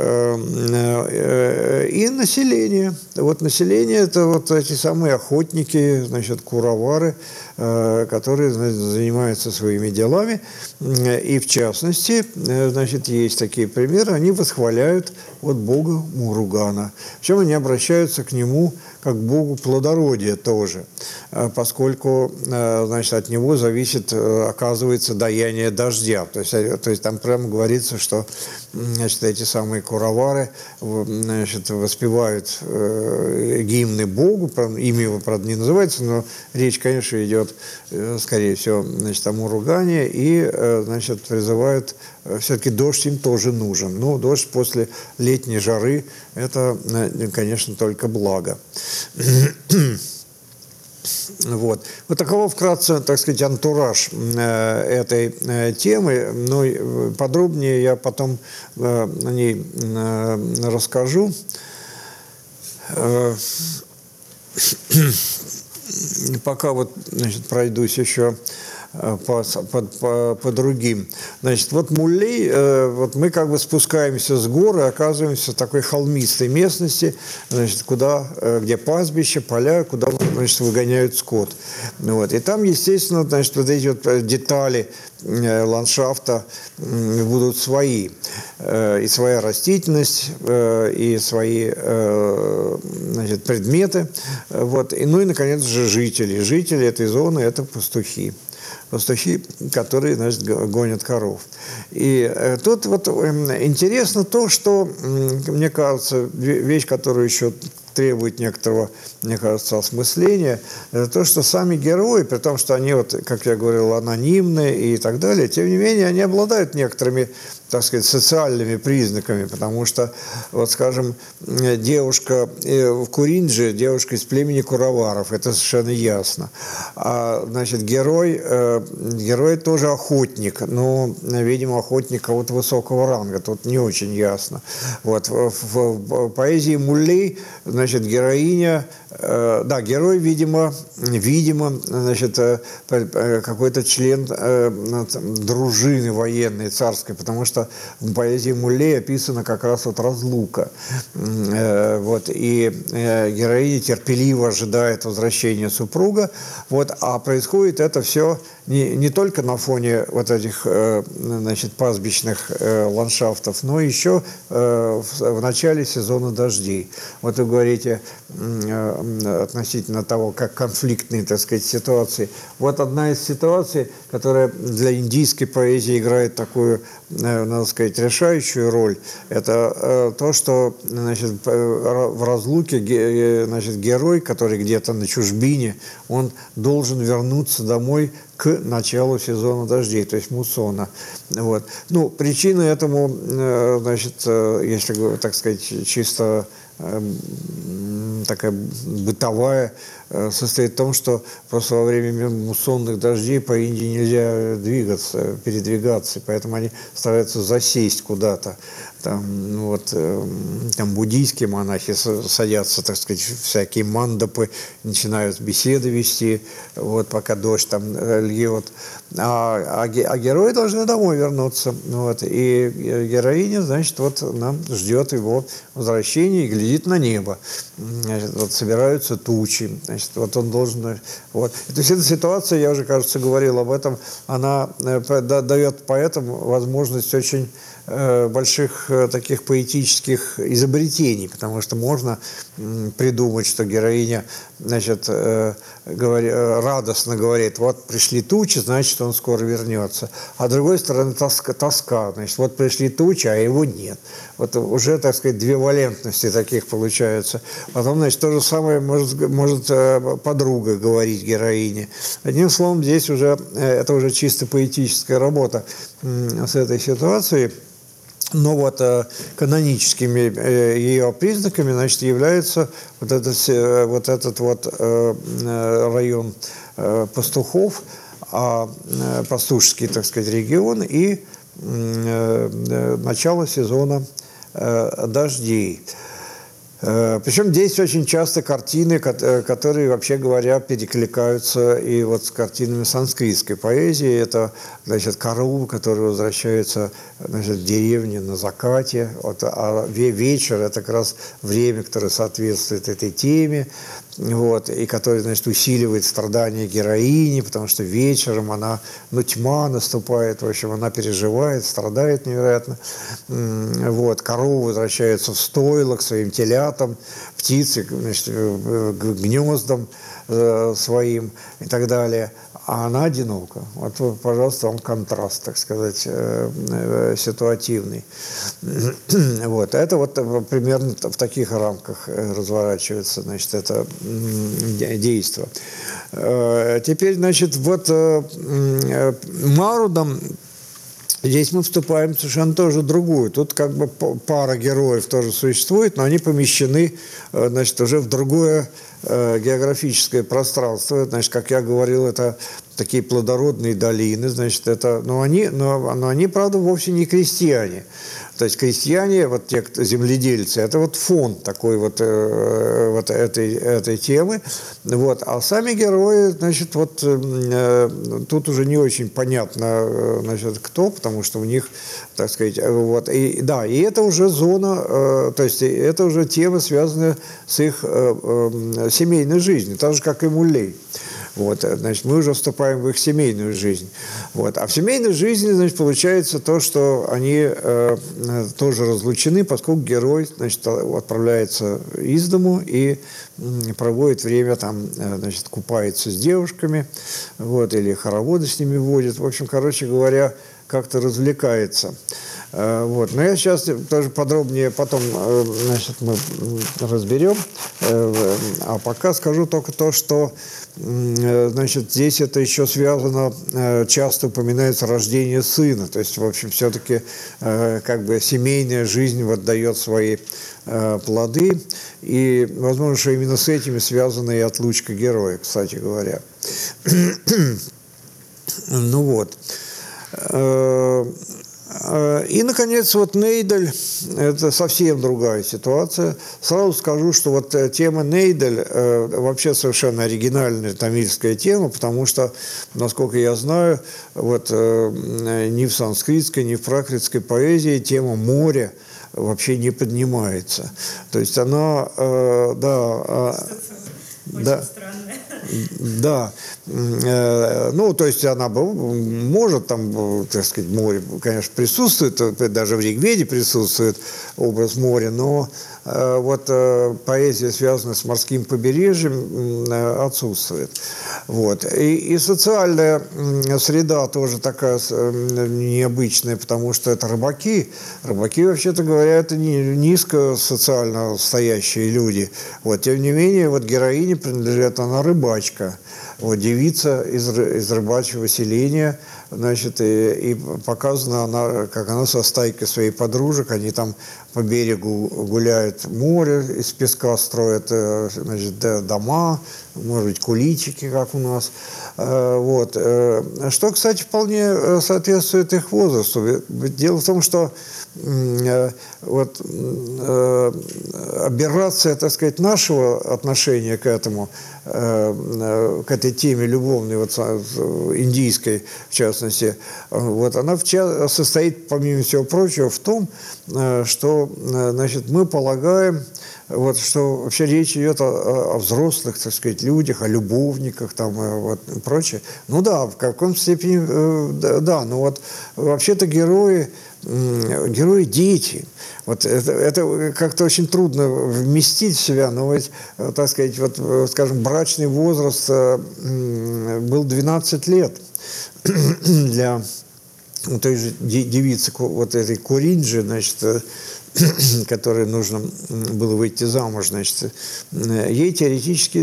Speaker 2: и население. Вот население – это вот эти самые охотники, значит, куровары, которые, значит, занимаются своими делами. И в частности, значит, есть такие примеры, они восхваляют вот бога Муругана. Причем они обращаются к нему как к богу плодородия тоже, поскольку, значит, от него зависит, оказывается, даяние дождя. То есть там прямо говорится, что, значит, эти самые куровары, значит, воспевают гимны богу, имя его, правда, не называется, но речь, конечно, идет, скорее всего, значит, о Муругане, и, значит, призывают, все-таки дождь им тоже нужен. Но дождь после летней жары – это, конечно, только благо. Вот. Вот таково вкратце, так сказать, антураж этой темы. Но подробнее я потом о ней расскажу. Пока вот, значит, пройдусь еще по другим. Значит, вот Муллей, вот мы как бы спускаемся с гор и оказываемся в такой холмистой местности, значит, где пастбища, поля, куда, значит, выгоняют скот. Вот. И там, естественно, значит, вот эти вот детали ландшафта будут свои. И своя растительность, и свои, значит, предметы. Вот. Ну и, наконец же, жители. Жители этой зоны – это пастухи. Пастухи, которые, значит, гонят коров. И тут вот интересно то, что, мне кажется, вещь, которую еще требует некоторого, мне кажется, осмысления, это то, что сами герои, при том, что они, вот, как я говорил, анонимные и так далее, тем не менее, они обладают некоторыми так сказать, социальными признаками, потому что, вот скажем, девушка в Куринже, девушка из племени Кураваров, это совершенно ясно. А, значит, герой тоже охотник, но, видимо, охотник кого-то высокого ранга, тут не очень ясно. Вот, в поэзии Муллей, значит, героиня, да, герой, видимо, значит, какой-то член дружины военной, царской, потому что в поэзии Муллей описана как раз вот разлука. Вот, и героиня терпеливо ожидает возвращения супруга, вот, а происходит это все не только на фоне вот этих, значит, пастбищных ландшафтов, но еще в начале сезона дождей. Вот вы говорите относительно того, как конфликтные, так сказать, ситуации. Вот одна из ситуаций, которая для индийской поэзии играет такую, надо сказать, решающую роль, это то, что, значит, в разлуке, значит, герой, который где-то на чужбине, он должен вернуться домой к началу сезона дождей, то есть муссона. Вот. Ну, причина этому, значит, если, так сказать, чисто такая бытовая, состоит в том, что просто во время муссонных дождей по Индии нельзя передвигаться, поэтому они стараются засесть куда-то. Там, вот, там буддийские монахи садятся, так сказать, всякие мандапы, начинают беседы вести, вот, пока дождь там льет. А герои должны домой вернуться. Вот, и героиня, значит, вот нам ждет его возвращения и глядит на небо. Значит, вот собираются тучи. Значит, вот он должен... Вот. То есть эта ситуация, я уже, кажется, говорил об этом, она дает поэтам возможность очень больших таких поэтических изобретений, потому что можно придумать, что героиня, значит, радостно говорит, вот пришли тучи, значит, он скоро вернется. А с другой стороны, тоска, значит, вот пришли тучи, а его нет. Вот уже, так сказать, две валентности таких получаются. Потом, значит, то же самое может подруга говорить героине. Одним словом, здесь уже, это уже чисто поэтическая работа с этой ситуацией. Но вот каноническими ее признаками, значит, является вот этот район пастухов, пастушеский, так сказать, регион и начало сезона дождей. Причем здесь очень часто картины, которые, вообще говоря, перекликаются и вот с картинами санскритской поэзии. Это, значит, Кару, который возвращается, значит, в деревне на закате. Вот, а вечер – это как раз время, которое соответствует этой теме. Вот, и который, значит, усиливает страдания героини, потому что вечером она, тьма наступает, в общем, она переживает, страдает невероятно. Вот, корова возвращается в стойло к своим телятам, птицы, значит, к гнездам своим и так далее. А она одинока. Вот, пожалуйста, вам контраст, так сказать, ситуативный. Вот. Это вот примерно в таких рамках разворачивается, значит, это действо. Теперь, значит, вот Марудом здесь мы вступаем в совершенно тоже другую. Тут как бы пара героев тоже существует, но они помещены, значит, уже в другое географическое пространство. Значит, как я говорил, это такие плодородные долины, значит, это, но они, правда, вовсе не крестьяне. То есть крестьяне, вот те, кто земледельцы, это вот фон такой вот этой темы. Вот. А сами герои, значит, вот тут уже не очень понятно, значит, кто, потому что у них, так сказать, вот, и это уже зона, то есть это уже тема, связанная с их семейной жизнью, так же, как и Муллей. Вот, значит, мы уже вступаем в их семейную жизнь. Вот. А в семейной жизни, значит, получается то, что они тоже разлучены, поскольку герой, значит, отправляется из дому и проводит время там, значит, купается с девушками, вот, или хороводы с ними водит. В общем, короче говоря, как-то развлекается. Вот. Но я сейчас тоже подробнее потом, значит, мы разберем. А пока скажу только то, что, значит, здесь это еще связано, часто упоминается рождение сына. То есть, в общем, все-таки как бы семейная жизнь вот дает свои плоды. И, возможно, что именно с этими связана и отлучка героя, кстати говоря. Ну вот. И, наконец, вот Нейдель – это совсем другая ситуация. Сразу скажу, что вот тема Нейдель вообще совершенно оригинальная тамильская тема, потому что, насколько я знаю, вот ни в санскритской, ни в пракритской поэзии тема моря вообще не поднимается. То есть она,
Speaker 3: Очень странная.
Speaker 2: Да, ну, то есть она может там, так сказать, море, конечно, присутствует, даже в Ригведе присутствует образ моря, но вот поэзия, связанная с морским побережьем, отсутствует. Вот. И социальная среда тоже такая необычная, потому что это рыбаки. Рыбаки, вообще-то говоря, это низко социально стоящие люди. Вот. Тем не менее, вот героине принадлежит, она рыбачка. Вот, девица из рыбачьего селения, значит, и показана она, как она со стайкой своих подружек, они там по берегу гуляют, море из песка строят, значит, дома, может быть, куличики, как у нас. Вот. Что, кстати, вполне соответствует их возрасту. Дело в том, что вот аберрация, так сказать, нашего отношения к этому, к этой теме любовной, вот, индийской, в частности, вот, она состоит, помимо всего прочего, в том, что, значит, мы полагаем, вот, что вообще речь идет о взрослых, так сказать, людях, о любовниках там, вот, и прочее. Ну да, в каком степени, да, но вот вообще-то герои дети. Вот это как-то очень трудно вместить в себя, но ведь, так сказать, вот, скажем, брачный возраст был 12 лет для той же девицы, вот этой Куринджи, значит, которой нужно было выйти замуж, значит, ей теоретически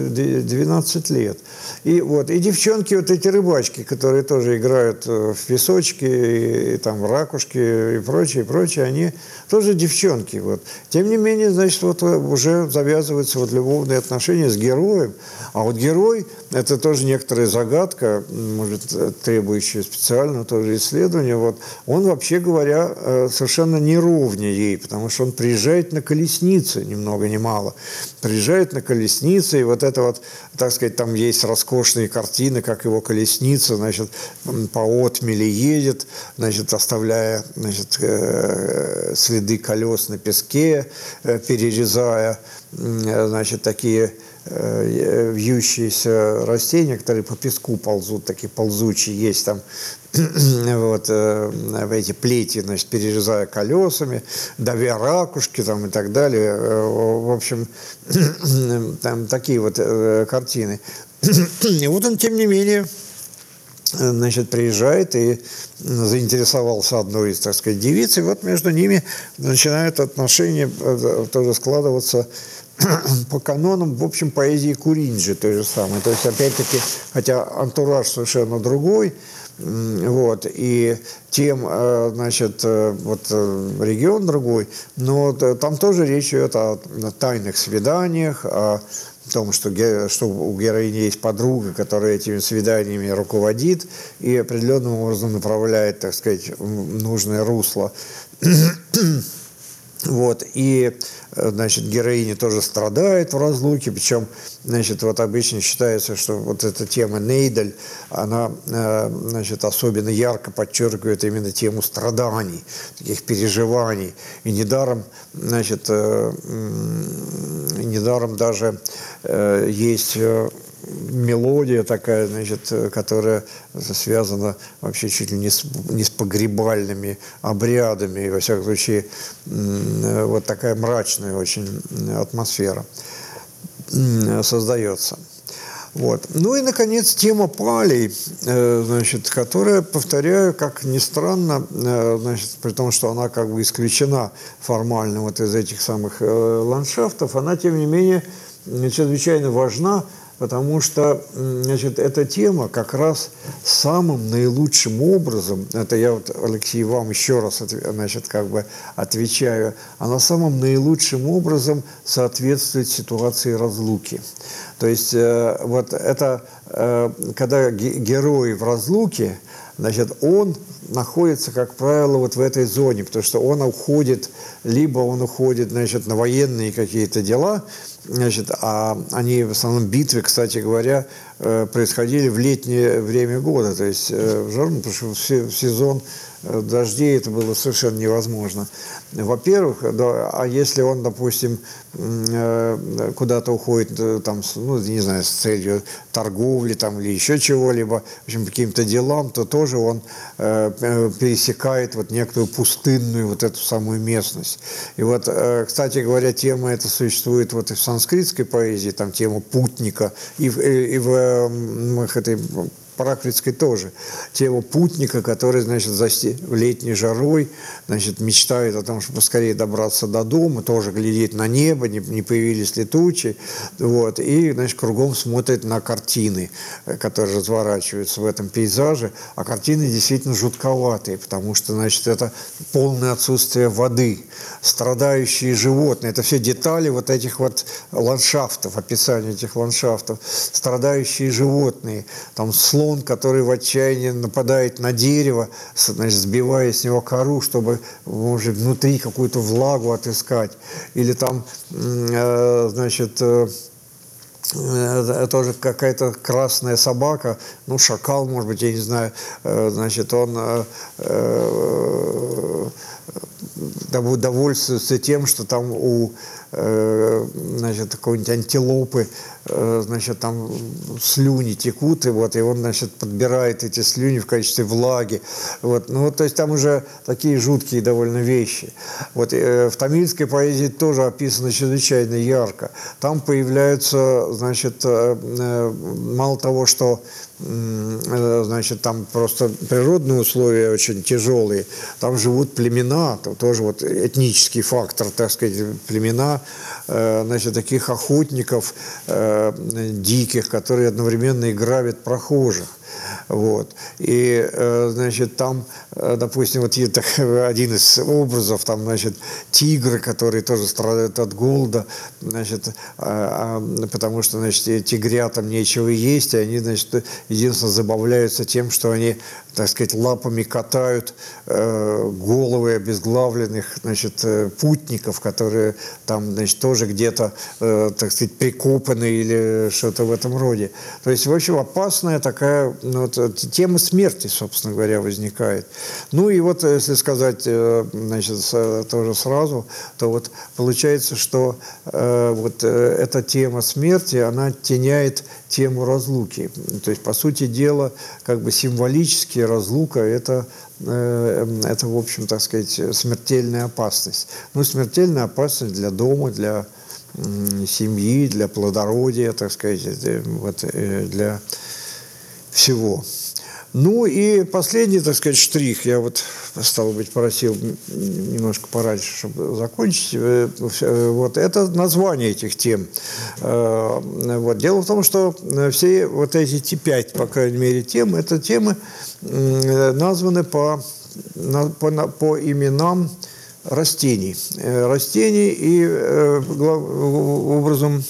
Speaker 2: 12 лет. И вот, и девчонки, вот эти рыбачки, которые тоже играют в песочке, и там ракушки и прочее, они тоже девчонки. Вот. Тем не менее, значит, вот уже завязываются вот любовные отношения с героем. А вот герой – это тоже некоторая загадка, может, требующая специального тоже исследования. Вот. Он, вообще говоря, совершенно не ровнее ей, потому что он приезжает на колеснице, ни много ни мало. Приезжает на колеснице, и вот это вот, так сказать, там есть роскошные картины, как его колесница, значит, по отмели едет, значит, оставляя, значит, следы колес на песке, перерезая, значит, такие вьющиеся растения, которые по песку ползут, такие ползучие, есть там вот эти плети, значит, перерезая колесами, давя ракушки там и так далее. В общем, там такие вот картины. И вот он, тем не менее, значит, приезжает и заинтересовался одной из, так сказать, девиц, и вот между ними начинают отношения тоже складываться по канонам, в общем, поэзии Куринджи той же самой. То есть, опять-таки, хотя антураж совершенно другой, вот, и тем, значит, вот регион другой, но там тоже речь идет о тайных свиданиях, о том, что у героини есть подруга, которая этими свиданиями руководит и определенным образом направляет, так сказать, в нужное русло. Вот, и, значит, героиня тоже страдает в разлуке, причем, значит, вот обычно считается, что вот эта тема Нейдель, она, значит, особенно ярко подчеркивает именно тему страданий, таких переживаний. И недаром, значит, недаром даже есть мелодия такая, значит, которая связана вообще чуть ли не с погребальными обрядами, и, во всяком случае, вот такая мрачная очень атмосфера создается. Вот. Ну и, наконец, тема палей, значит, которая, повторяю, как ни странно, значит, при том, что она как бы исключена формально вот из этих самых ландшафтов, она, тем не менее, чрезвычайно важна, потому что, значит, эта тема как раз самым наилучшим образом, это я вот, Алексей, вам еще раз, значит, как бы отвечаю, она самым наилучшим образом соответствует ситуации разлуки. То есть вот это, когда герой в разлуке, значит, он находится, как правило, вот в этой зоне, потому что он уходит, либо он уходит, значит, на военные какие-то дела, значит, а они в основном битвы, кстати говоря, происходили в летнее время года, то есть в жару, потому что в сезон дождей это было совершенно невозможно. Во-первых, да, а если он, допустим, куда-то уходит, там, ну, не знаю, с целью торговли там, или еще чего-либо, в общем, по каким-то делам, то тоже он пересекает вот некоторую пустынную вот эту самую местность. И вот, кстати говоря, тема эта существует вот и в санскритской поэзии, там тема путника, и в этой пракритской тоже. Тема путника, который, значит, летней жарой, значит, мечтает о том, чтобы поскорее добраться до дома, тоже глядит на небо, не появились ли тучи, вот, и, значит, кругом смотрит на картины, которые разворачиваются в этом пейзаже, а картины действительно жутковатые, потому что, значит, это полное отсутствие воды, страдающие животные, это все детали вот этих вот ландшафтов, описания этих ландшафтов, страдающие животные, там слон, который в отчаянии нападает на дерево, значит, сбивая с него кору, чтобы, может, внутри какую-то влагу отыскать. Или там, значит, тоже какая-то красная собака, ну, шакал, может быть, я не знаю, значит, он довольствуется тем, что там у, значит, какой-нибудь антилопы, значит, там слюни текут, и вот, и он, значит, подбирает эти слюни в качестве влаги. Вот. Ну, то есть там уже такие жуткие довольно вещи. Вот, в тамильской поэзии тоже описано чрезвычайно ярко. Там появляются, значит, мало того, что, значит, там просто природные условия очень тяжелые, там живут племена, там тоже вот этнический фактор, так сказать, племена, значит, таких охотников диких, которые одновременно и грабят прохожих. Вот. И, значит, там, допустим, вот один из образов, там, значит, тигры, которые тоже страдают от голода, значит, потому что, значит, тигрятам нечего есть, и они, значит, единственно забавляются тем, что они, так сказать, лапами катают головы обезглавленных, значит, путников, которые там, значит, тоже где-то, так сказать, прикопаны или что-то в этом роде. То есть, в общем, опасная такая, ну, вот, тема смерти, собственно говоря, возникает. Ну и вот, если сказать, значит, тоже сразу, то вот получается, что вот эта тема смерти, она оттеняет тему разлуки. То есть, по сути дела, как бы символически разлука – это, в общем, так сказать, смертельная опасность. Ну, смертельная опасность для дома, для семьи, для плодородия, так сказать, вот, для всего. Ну и последний, так сказать, штрих, я вот, стало быть, просил немножко пораньше, чтобы закончить, вот, это название этих тем. Вот. Дело в том, что все вот эти 5, по крайней мере, тем, это темы названы по именам растений. Растений и образом...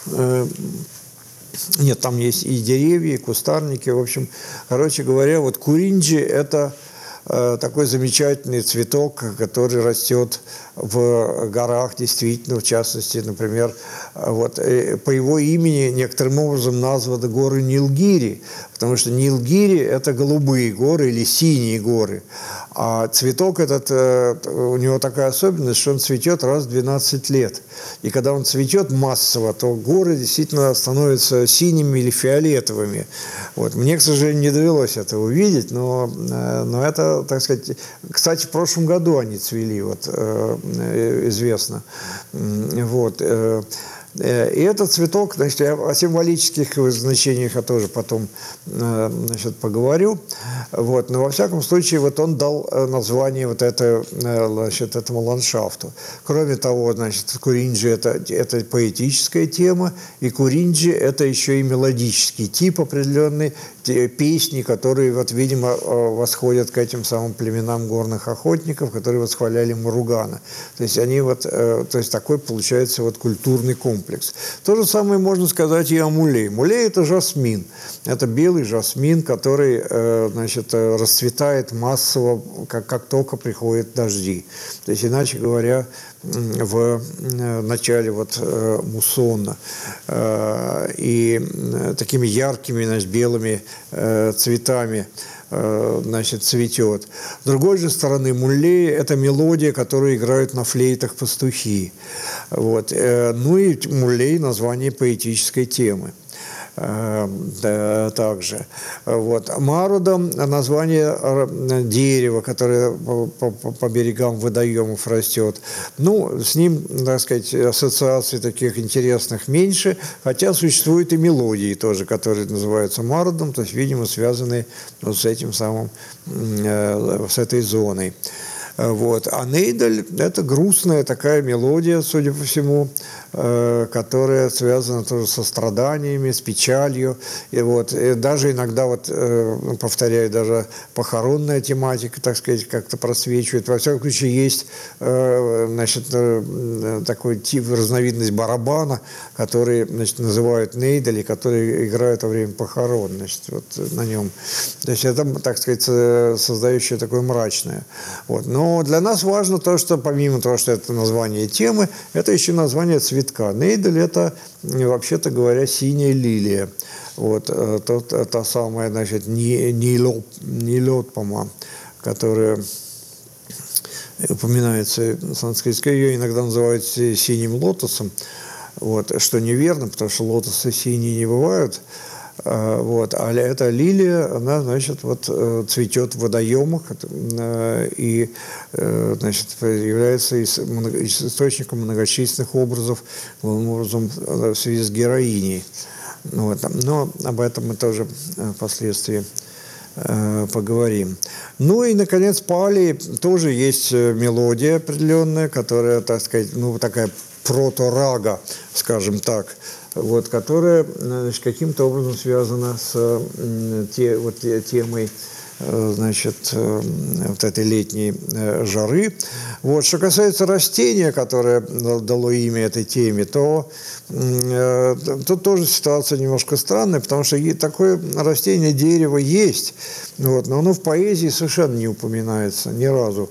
Speaker 2: Нет, там есть и деревья, и кустарники. В общем, короче говоря, вот куринджи – это такой замечательный цветок, который растет в горах, действительно, в частности, например, вот, по его имени некоторым образом названы горы Нилгири, потому что Нилгири – это голубые горы или синие горы. А цветок этот, у него такая особенность, что он цветет раз в 12 лет. И когда он цветет массово, то горы действительно становятся синими или фиолетовыми. Вот. Мне, к сожалению, не довелось это увидеть, но это, так сказать... Кстати, в прошлом году они цвели, вот, известно. Вот. И этот цветок, значит, о символических значениях я тоже потом, значит, поговорю. Вот. Но во всяком случае, вот он дал название вот значит, этому ландшафту. Кроме того, значит, Куринджи это поэтическая тема, и Куринджи это еще и мелодический тип определенный, песни, которые, вот, видимо, восходят к этим самым племенам горных охотников, которые восхваляли Муругана. То есть они вот, то есть такой получается вот культурный комплекс. То же самое можно сказать и о муле. Муле – это жасмин. Это белый жасмин, который, значит, расцветает массово, как только приходят дожди. То есть, иначе говоря, в начале вот муссона. И такими яркими, значит, белыми цветами, значит, цветет. С другой же стороны, муллей – это мелодия, которую играют на флейтах пастухи. Вот. Ну и муллей – название поэтической темы. Также. Вот. Маруда – название дерева, которое по берегам водоемов растет. Ну, с ним, так сказать, ассоциаций таких интересных меньше, хотя существуют и мелодии тоже, которые называются марудом, то есть, видимо, связанные вот с этим самым, с этой зоной. Вот. А нейдаль – это грустная такая мелодия, судя по всему, которая связана тоже со страданиями, с печалью. И вот, и даже иногда, вот, повторяю, даже похоронная тематика, так сказать, как-то просвечивает. Во всяком случае, есть, значит, такой тип, разновидность барабана, который, значит, называют нейдали, который играют во время похорон, значит, вот на нем. То есть это, так сказать, создающее такое мрачное. Вот. Но для нас важно то, что помимо того, что это название темы, это еще название цветка. Нейдаль – это, вообще-то говоря, синяя лилия. Вот, та самая, значит, нилотпама, которая упоминается в санскрите. Ее иногда называют синим лотосом, вот, что неверно, потому что лотосы синие не бывают. Вот. А эта лилия, она, значит, вот, цветет в водоемах и, значит, является источником многочисленных образов, главным образом в связи с героиней. Вот. Но об этом мы тоже впоследствии поговорим. Ну и, наконец, пали тоже есть мелодия определенная, которая, так сказать, ну, такая прото-рага, скажем так, вот, которая, значит, каким-то образом связана с темой, значит, вот этой летней жары. Вот. Что касается растения, которое дало имя этой теме, то тут тоже ситуация немножко странная, потому что такое растение, дерево есть, вот, но оно в поэзии совершенно не упоминается ни разу.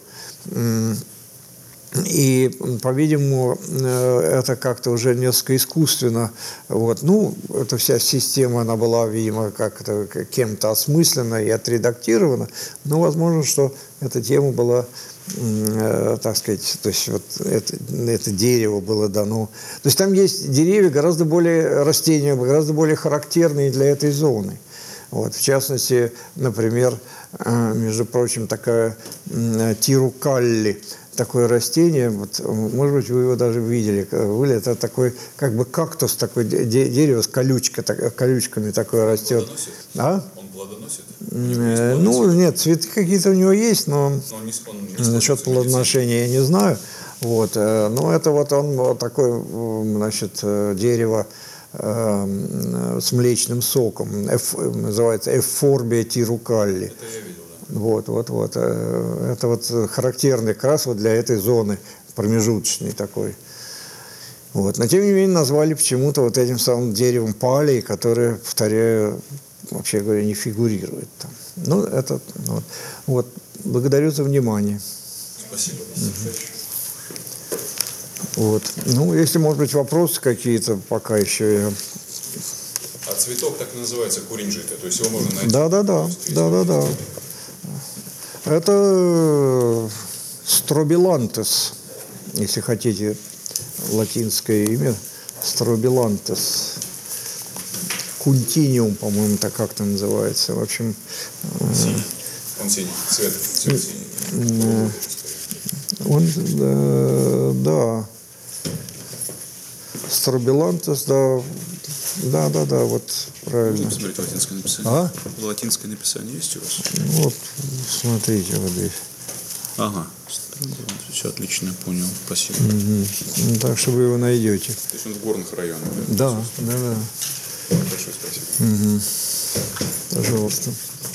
Speaker 2: И, по-видимому, это как-то уже несколько искусственно. Вот. Ну, эта вся система, она была, видимо, как-то кем-то осмыслена и отредактирована. Но возможно, что эта тема была, так сказать, то есть вот это дерево было дано. То есть там есть деревья гораздо более, растения гораздо более характерные для этой зоны. Вот. В частности, например, между прочим, такая тирукалли, такое растение, вот, может быть, вы его даже видели. Это такой, как бы кактус, такое дерево с колючками такое растет.
Speaker 4: Он плодоносит?
Speaker 2: Ну, нет, цветы какие-то у него есть, но насчет плодоношения я не знаю. Вот. Но это вот он вот такое, значит, дерево с млечным соком. Называется эвфорбия тирукалли.
Speaker 4: Это я видел.
Speaker 2: Вот. Это вот характерный как раз вот для этой зоны, промежуточный такой. Вот. Но тем не менее назвали почему-то вот этим самым деревом палей, которое, повторяю, вообще говоря, не фигурирует там. Ну, это вот. Благодарю за внимание.
Speaker 4: Спасибо.
Speaker 2: Вот. Ну, если, может быть, вопросы какие-то, пока еще я...
Speaker 4: А цветок так и называется куринджита, то есть его можно найти?
Speaker 2: Да. Это стробилантес, если хотите, латинское имя, стробилантес. Кунтиниум, по-моему, так как-то называется. В общем...
Speaker 4: Синий. Он синий, цвет синий.
Speaker 2: Он, да. Стробилантес, да. Да, вот правильно.
Speaker 4: Можно посмотреть латинское написание?
Speaker 2: А?
Speaker 4: Латинское написание есть у вас?
Speaker 2: Вот, смотрите, вот здесь.
Speaker 4: Ага. Все отлично, понял. Спасибо.
Speaker 2: Ну, так что вы его найдете.
Speaker 4: То есть он в горных районах?
Speaker 2: Да.
Speaker 4: Большое спасибо.
Speaker 2: Пожалуйста.